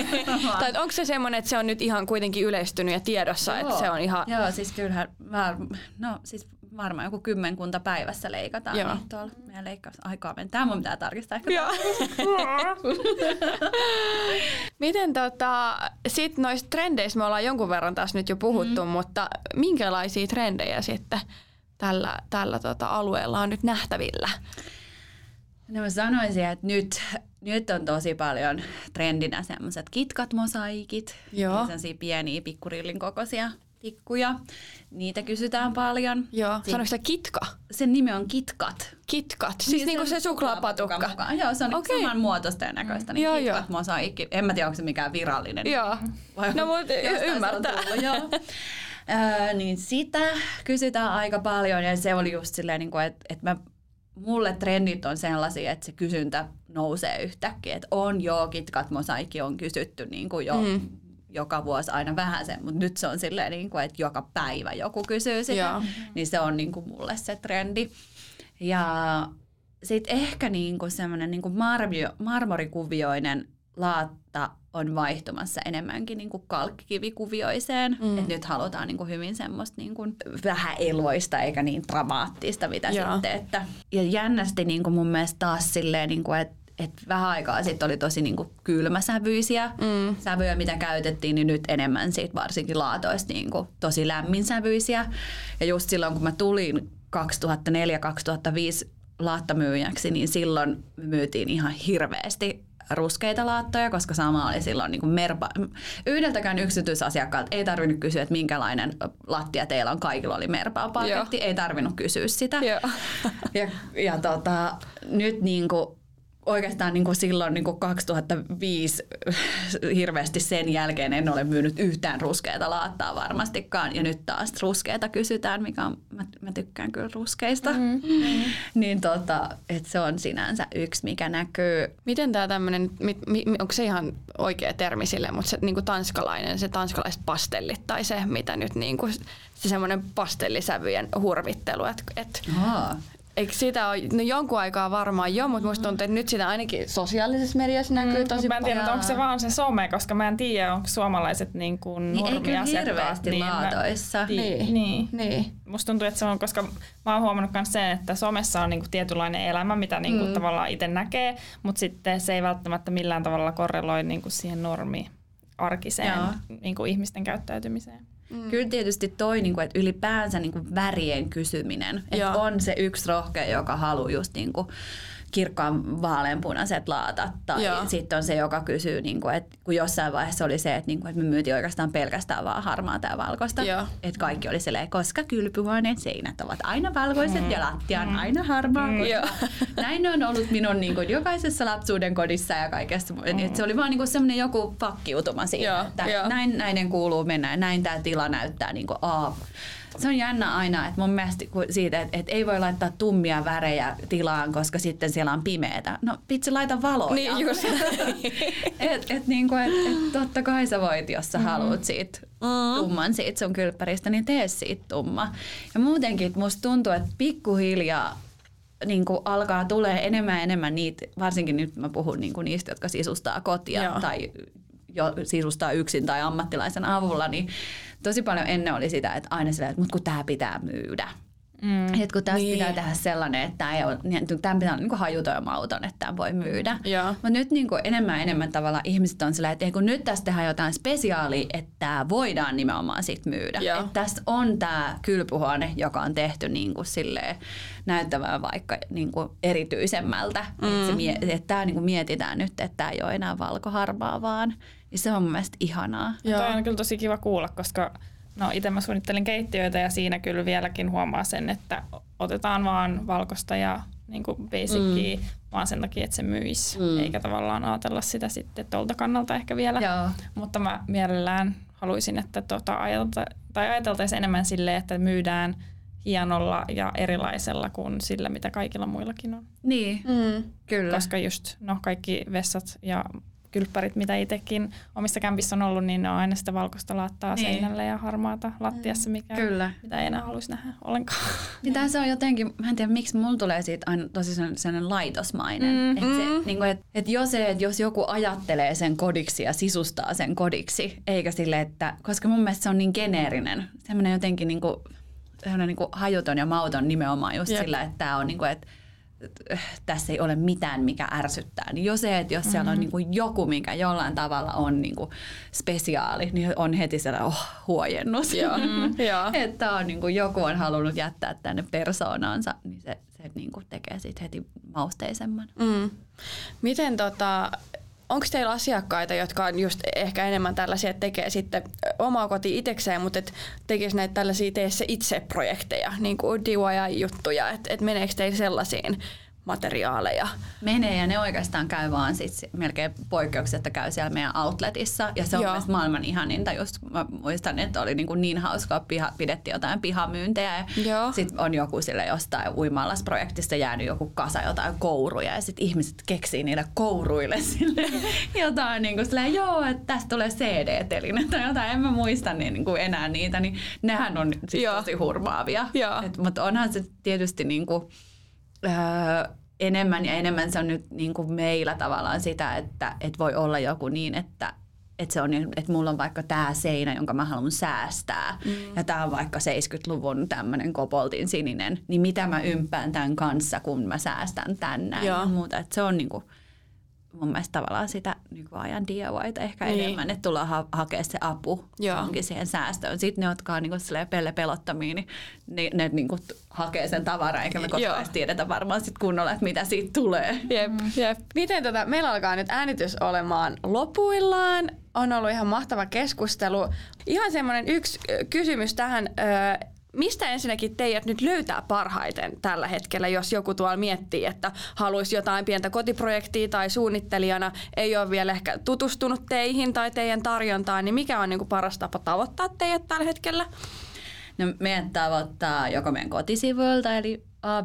Tai onko se semmoinen, että se on nyt ihan kuitenkin yleistynyt ja tiedossa, että se on ihan... Joo, siis kyllähän varmaan joku 10 päivässä leikataan. Joo. Niin tuolla meidän leikkausaikaa mentää. Mun pitää tarkistaa ehkä. Joo. Miten sit noista trendeistä me ollaan jonkun verran tässä nyt jo puhuttu, mutta minkälaisia trendejä sitten tällä alueella on nyt nähtävillä? No mä sanoisin, että nyt on tosi paljon trendinä semmoiset KitKat-mosaikit. Joo. Sellaisia pieniä pikkurillin kokoisia tikkuja. Niitä kysytään paljon. Joo. Sanoiko se kitka? Sen nimi on KitKat. KitKat, siis niinku se suklaapatukka. Joo, se on Okei. saman muotoista ja näköistä. Niin Joo, KitKat-mosaikki. En mä tiedä, onko se mikään virallinen. Joo. No mutta ymmärtää. Niin sitä kysytään aika paljon ja se oli just silleen, että mulle trendit on sellaisia, että se kysyntä nousee yhtäkkiä. Että KitKat-mosaikki on kysytty niin kuin jo joka vuosi aina vähän sen, mutta nyt se on silleen, niin kuin, että joka päivä joku kysyy sitä. Joo. Niin se on niin kuin mulle se trendi. Ja sitten ehkä niin kuin semmoinen niin kuin marmorikuvioinen laatta on vaihtumassa enemmänkin niin kuin kalkkikivikuvioiseen. Et nyt halutaan niin kuin hyvin semmoista niin kuin vähän eloista eikä niin dramaattista, mitä sitten. Että, ja jännästi niin kuin mun mielestä taas silleen, niin kuin, että vähän aikaa sitten oli tosi niin kuin kylmäsävyisiä sävyjä, mitä käytettiin, niin nyt enemmän siitä varsinkin laatoista niin kuin tosi lämminsävyisiä. Ja just silloin, kun mä tulin 2004-2005 laattamyyjäksi, niin silloin me myytiin ihan hirveästi ruskeita laattoja, koska sama oli silloin niin kuin yhdeltäkään yksityisasiakkaalta ei tarvinnut kysyä, että minkälainen lattia teillä on. Kaikilla oli merpaa-paketti, ei tarvinnut kysyä sitä. Ja nyt niin kuin oikeastaan niin kuin silloin niin kuin 2005 hirveästi sen jälkeen en ole myynyt yhtään ruskeata laattaa varmastikaan. Ja nyt taas ruskeata kysytään, mikä on, mä tykkään kyllä ruskeista. Niin että se on sinänsä yksi, mikä näkyy. Miten tämä tämmöinen, onko se ihan oikea termi sille, mutta se niinku se tanskalaiset pastellit tai se, mitä nyt niinku, se semmoinen pastellisävyjen hurvittelu, eikö sitä ole, no jonkun aikaa varmaan jo, mutta musta tuntuu, että nyt sitä ainakin sosiaalisessa mediassa näkyy tosi mä en tiedä, paljon. onko se vaan se some, koska mä en tiedä, onko suomalaiset niin kuin normiasiakkaat. Ei kyllä hirveästi laadoissa. Niin. Musta tuntuu, että se on, koska mä oon huomannut myös sen, että somessa on niin kuin tietynlainen elämä, mitä niin kuin tavallaan itse näkee, mutta sitten se ei välttämättä millään tavalla korreloi niin kuin siihen normiarkiseen niin kuin ihmisten käyttäytymiseen. Kyllä tietysti toi, että ylipäänsä värien kysyminen. Että on se yksi rohkea, joka haluaa just kirkkaan vaaleanpunaiset laatat. Tai sitten on se, joka kysyy, että kun jossain vaiheessa oli se, että me myytiin oikeastaan pelkästään vaan harmaata ja valkoista. Että kaikki oli silleen, koska kylpyhuoneen seinät ovat aina valkoiset ja lattia on aina harmaa. Näin on ollut minun jokaisessa lapsuuden kodissa ja kaikessa. Että se oli vaan semmoinen joku pakkiutuma siinä, että näin kuuluu mennä ja näin tämä tila näyttää Se on jännä aina, että mun mielestä siitä, että ei voi laittaa tummia värejä tilaan, koska sitten siellä on pimeätä. No pitsi laita valoja. Niin just. et totta kai sä voit, jos sä haluat siitä tumman siitä sun kylppäristä, niin tee siitä tumma. Ja muutenkin musta tuntuu, että pikkuhiljaa alkaa tulee enemmän ja enemmän niitä, varsinkin nyt mä puhun niistä, jotka sisustaa kotia tai sisustaa yksin tai ammattilaisen avulla, niin tosi paljon ennen oli sitä, että aina sillä, että kun tämä pitää myydä. Että kun tästä pitää tehdä sellainen, että tämä pitää olla hajuton ja mauton, että tämä voi myydä. Mutta nyt enemmän ja enemmän tavalla ihmiset on sillä, että kun nyt tästä tehdään jotain spesiaalia, että tämä voidaan nimenomaan sit myydä. Että tässä on tämä kylpyhuone, joka on tehty näyttämään vaikka erityisemmältä. Että tämä mietitään nyt, että tämä ei ole enää valkoharmaa vaan. Ja se on mun mielestä ihanaa. Toi on kyllä tosi kiva kuulla, koska itse mä suunnittelin keittiöitä ja siinä kyllä vieläkin huomaa sen, että otetaan vaan valkoista ja basicia vaan sen takia, että se myisi. Eikä tavallaan ajatella sitä sitten tuolta kannalta ehkä vielä. Mutta mä mielellään haluaisin, että ajateltaisiin enemmän silleen, että myydään hienolla ja erilaisella kuin sillä, mitä kaikilla muillakin on. Niin, kyllä. Koska just kaikki vessat ja kylppärit, mitä itsekin omissa kämpissä on ollut, niin ne on aina sitä valkoista laattaa seinällä ja harmaata lattiassa, mitä ei enää haluaisi nähdä ollenkaan. Niin se on jotenkin, mä en tiedä miksi mulla tulee siitä aina tosi sellainen laitosmainen. Että jos joku ajattelee sen kodiksi ja sisustaa sen kodiksi, eikä sille, että, koska mun mielestä se on niin geneerinen, semmoinen jotenkin niin kuin hajuton ja mauton nimenomaan just sillä, että tämä on niin kuin, että tässä ei ole mitään, mikä ärsyttää. Niin jo se, että jos siellä on niin kuin joku, mikä jollain tavalla on niin kuin spesiaali, niin on heti sellainen huojennus. Että on, niin kuin joku on halunnut jättää tänne persoonaansa, niin se niin kuin tekee siitä heti mausteisemman. Miten onko teillä asiakkaita, jotka on just ehkä enemmän tällaisia, että tekee sitten omaa kotiin itsekseen, mutta tekisi näitä tällaisia tee se itse projekteja, niin kuin DIY-juttuja, että meneekö teillä sellaisiin materiaaleja? Menee ja ne oikeastaan käy vaan sit melkein poikkeuksetta käy siellä meidän outletissa ja se on myös maailman ihaninta. Just mä muistan, että oli niin hauskaa, pidettiin jotain pihamyyntejä ja sitten on joku sille jostain uimallasprojektista jäänyt joku kasa jotain kouruja ja sitten ihmiset keksii niille kouruille sille jotain niin kuin silleen, joo, että tästä tulee CD-teline tai jotain, en mä muista niin kuin enää niitä, niin nehän on siis tosi hurmaavia. Mutta onhan se tietysti niin kuin enemmän ja enemmän se on nyt niin kuin meillä tavallaan sitä, että voi olla joku niin, että se on, että mulla on vaikka tämä seinä, jonka mä haluan säästää ja tämä on vaikka 70-luvun tämmöinen koboltin sininen, niin mitä mä ympään tämän kanssa, kun mä säästän tänne ja muuta. Että se on niin kuin mun mielestä tavallaan sitä nykyajan DIY:ta ehkä enemmän, että tullaan hakea se apu johonkin siihen säästöön. Sitten ne, jotka on pelottomia, niin ne niin kuin hakee sen tavaran, eikä me koskaan edes tiedetä varmaan sit kunnolla, että mitä siitä tulee. Jep. Miten meillä alkaa nyt äänitys olemaan lopuillaan. On ollut ihan mahtava keskustelu. Ihan semmoinen yksi kysymys tähän. Mistä ensinnäkin teidät nyt löytää parhaiten tällä hetkellä, jos joku tuolla miettii, että haluaisi jotain pientä kotiprojektia tai suunnittelijana ei ole vielä ehkä tutustunut teihin tai teidän tarjontaan, niin mikä on niin kuin paras tapa tavoittaa teidät tällä hetkellä? No, meidät tavoittaa joko meidän kotisivuilta eli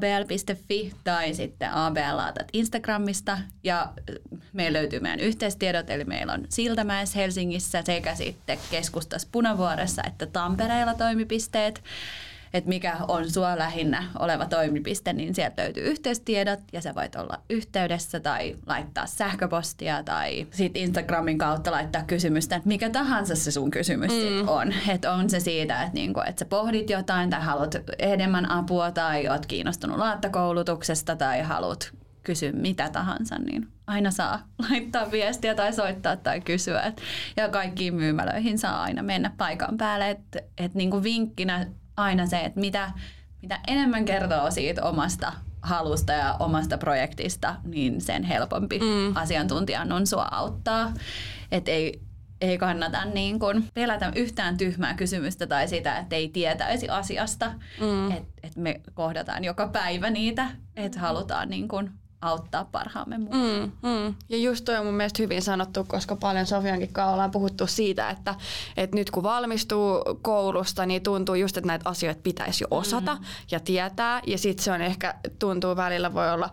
abl.fi tai sitten abl-laatat Instagramista ja meillä löytyy meidän yhteistiedot, eli meillä on Siltamäessä Helsingissä sekä sitten Keskustassa Punavuoressa että Tampereella toimipisteet. Että mikä on sua lähinnä oleva toimipiste, niin sieltä löytyy yhteystiedot ja sä voit olla yhteydessä tai laittaa sähköpostia tai sit Instagramin kautta laittaa kysymystä, että mikä tahansa se sun kysymys on. Että on se siitä, että niinku, et sä pohdit jotain tai haluat enemmän apua tai oot kiinnostunut laattakoulutuksesta tai haluat kysyä mitä tahansa, niin aina saa laittaa viestiä tai soittaa tai kysyä. Ja kaikkiin myymälöihin saa aina mennä paikan päälle. Että niinku vinkkinä aina se, että mitä enemmän kertoo siitä omasta halusta ja omasta projektista, niin sen helpompi asiantuntijan on sua auttaa. Että ei kannata niin kuin pelätä yhtään tyhmää kysymystä tai sitä, että ei tietäisi asiasta. Että me kohdataan joka päivä niitä, että halutaan niin kuin auttaa parhaamme mukaan. Ja just toi on mun mielestä hyvin sanottu, koska paljon Sofiankin kanssa ollaan puhuttu siitä, että nyt kun valmistuu koulusta, niin tuntuu just, että näitä asioita pitäisi jo osata ja tietää. Ja sitten se on ehkä, tuntuu välillä voi olla,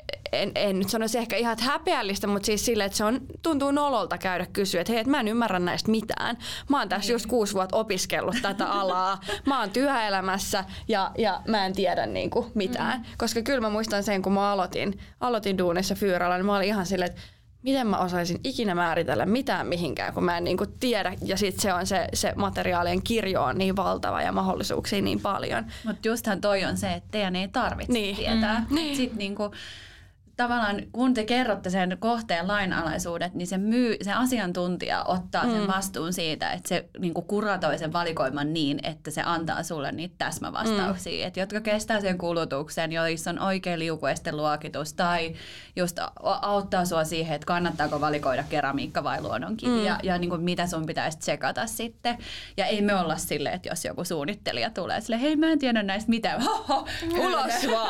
en nyt sanoisi ehkä ihan häpeällistä, mutta siis silleen, että se tuntuu nololta käydä kysyä, että hei, mä en ymmärrä näistä mitään. Mä oon tässä just 6 vuotta opiskellut tätä alaa. Mä oon työelämässä ja mä en tiedä niinku mitään. Koska kyllä mä muistan sen, kun mä aloitin duunissa Fyyralla, niin mä olin ihan silleen, että miten mä osaisin ikinä määritellä mitään mihinkään, kun mä en niinku tiedä. Ja sitten se on se materiaalien kirjo on niin valtava ja mahdollisuuksia niin paljon. Mutta justhan toi on se, että teidän ei tarvitse tietää. Sitten niinku tavallaan kun te kerrotte sen kohteen lainalaisuudet, niin se asiantuntija ottaa sen vastuun siitä, että se niinku kuratoi sen valikoiman niin, että se antaa sulle niitä täsmävastauksia, että jotka kestää sen kulutuksen, joissa on oikea liukuesteluokitus tai just auttaa sua siihen, että kannattaako valikoida keramiikka vai luonnonkivi ja niinku mitä sun pitäisi tsekata sitten. Ja ei me olla silleen, että jos joku suunnittelija tulee silleen, hei mä en tiedä näistä mitään, ulos vaan,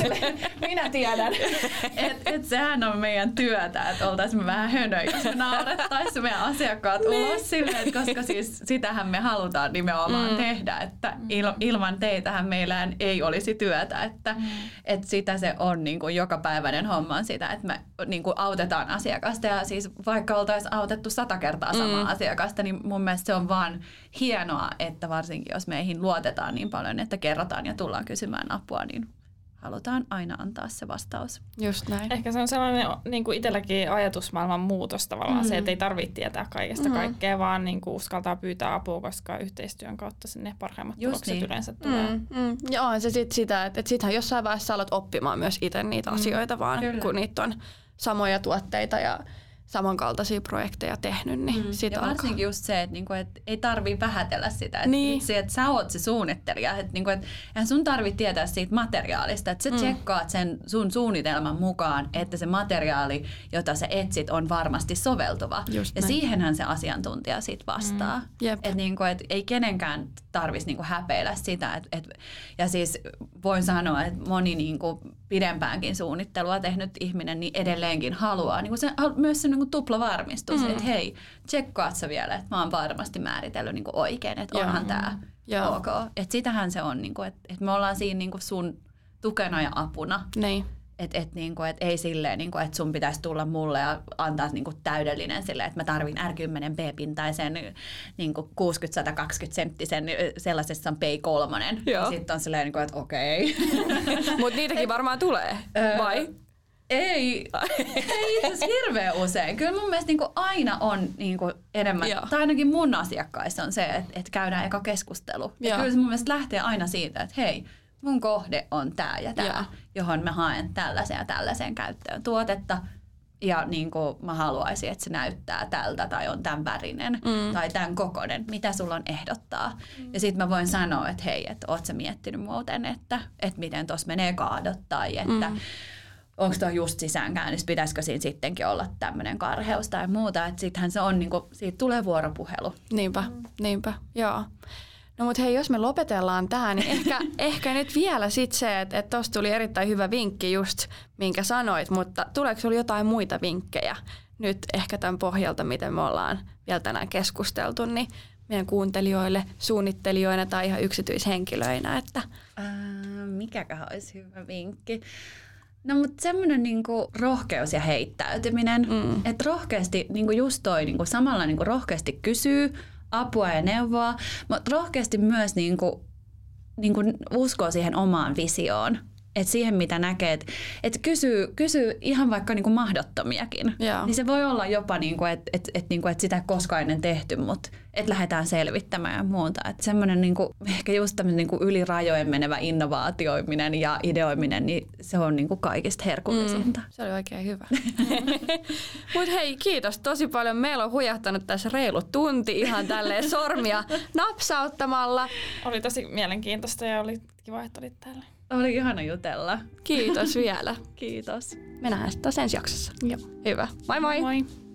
minä tiedän. Et sehän on meidän työtä, että oltaisiin vähän hönöjä, jos me naurettaisiin meidän asiakkaat ulos silleen, koska siis sitähän me halutaan nimenomaan tehdä, että ilman teitähän meillä ei olisi työtä, että sitä se on niin kuin jokapäiväinen homma sitä, että me niin kuin autetaan asiakasta ja siis vaikka oltaisiin autettu 100 kertaa samaa asiakasta, niin mun mielestä se on vaan hienoa, että varsinkin jos meihin luotetaan niin paljon, että kerrotaan ja tullaan kysymään apua, niin halutaan aina antaa se vastaus. Just näin. Ehkä se on sellainen niin kuin itselläkin ajatusmaailman muutos tavallaan se, että ei tarvitse tietää kaikesta kaikkea, vaan niin kuin uskaltaa pyytää apua, koska yhteistyön kautta sinne parhaimmat tulokset yleensä tulee. Ja on se sitten sitä, että sittenhän jossain vaiheessa alat oppimaan myös itse niitä asioita, vaan kun niitä on samoja tuotteita ja samankaltaisia projekteja tehnyt, niin siitä ja varsinkin just se, että niinku, et ei tarvitse vähätellä sitä, että itse, että sä oot se suunnittelija, että niinku, eihän sun tarvitse tietää siitä materiaalista, että sä tsekkaat sen sun suunnitelman mukaan, että se materiaali, jota sä etsit, on varmasti soveltuva. Ja siihenhän se asiantuntija sit vastaa. Että niinku, et ei kenenkään tarvitsisi niinku häpeillä sitä. Ja siis voin sanoa, että moni niinku pidempäänkin suunnittelua tehnyt ihminen niin edelleenkin haluaa niinku myös se niinku tuplavarmistus, että hei, tsekkaat sä vielä, että mä oon varmasti määritellyt niinku oikein, että onhan tää ok. Että sitähän se on, niinku, että me ollaan siinä niinku sun tukena ja apuna. Niin. Että niinku, et ei silleen, niinku, että sun pitäisi tulla mulle ja antaa niinku täydellinen silleen, että mä tarvin R10 B-pintaisen niinku 60-120 senttisen sellaisessa P3. Ja sitten on silleen, niinku, että okei. Mutta niitäkin varmaan tulee, vai? Ei itse asiassa hirveän usein. Kyllä mun mielestä niinku aina on niinku enemmän, tai ainakin mun asiakkaissa on se, että käydään eka keskustelu. Ja kyllä se mun mielestä lähtee aina siitä, että hei, mun kohde on tää ja tää, johon mä haen tällaisen ja tällaisen käyttöön tuotetta. Ja niin kuin mä haluaisin, että se näyttää tältä tai on tämän värinen tai tämän kokoinen. Mitä sulla on ehdottaa? Ja sitten mä voin sanoa, että hei, että oot sä miettinyt muuten, että miten tossa menee kaadot tai että onko tuo just sisäänkäännös, pitäisikö siinä sittenkin olla tämmöinen karheus tai muuta. Että sittenhän se on, niin kuin, siitä tulee vuoropuhelu. Niinpä, joo. No mut hei, jos me lopetellaan tähän, niin ehkä nyt vielä sit se, että tossa tuli erittäin hyvä vinkki just, minkä sanoit, mutta tuleeko sulla jotain muita vinkkejä nyt ehkä tämän pohjalta, miten me ollaan vielä tänään keskusteltu, niin meidän kuuntelijoille, suunnittelijoina tai ihan yksityishenkilöinä, että... Mikäköhän olisi hyvä vinkki? No mutta semmoinen niinku rohkeus ja heittäytyminen, että rohkeasti niinku just toi niinku samalla niinku rohkeasti kysyy apua ja neuvoa, mutta rohkeasti myös niinku uskoo siihen omaan visioon. Että siihen mitä näkee, että kysyy ihan vaikka niinku mahdottomiakin. Niin se voi olla jopa, niinku, että sitä ei koskaan ennen tehty, mutta että lähdetään selvittämään ja muuta. Että semmoinen niinku, ehkä just tämmöinen niinku yli rajojen menevä innovaatioiminen ja ideoiminen, niin se on niinku kaikista herkullisinta. Se oli oikein hyvä. Mutta hei, kiitos tosi paljon. Meillä on hujahtanut tässä reilu tunti ihan tälleen sormia napsauttamalla. Oli tosi mielenkiintoista ja oli kiva, että olit täällä. Oli ihana jutella. Kiitos vielä. Kiitos. Me nähdään sitten taas ensi jaksossa. Joo. Hyvä. Moi moi. Moi.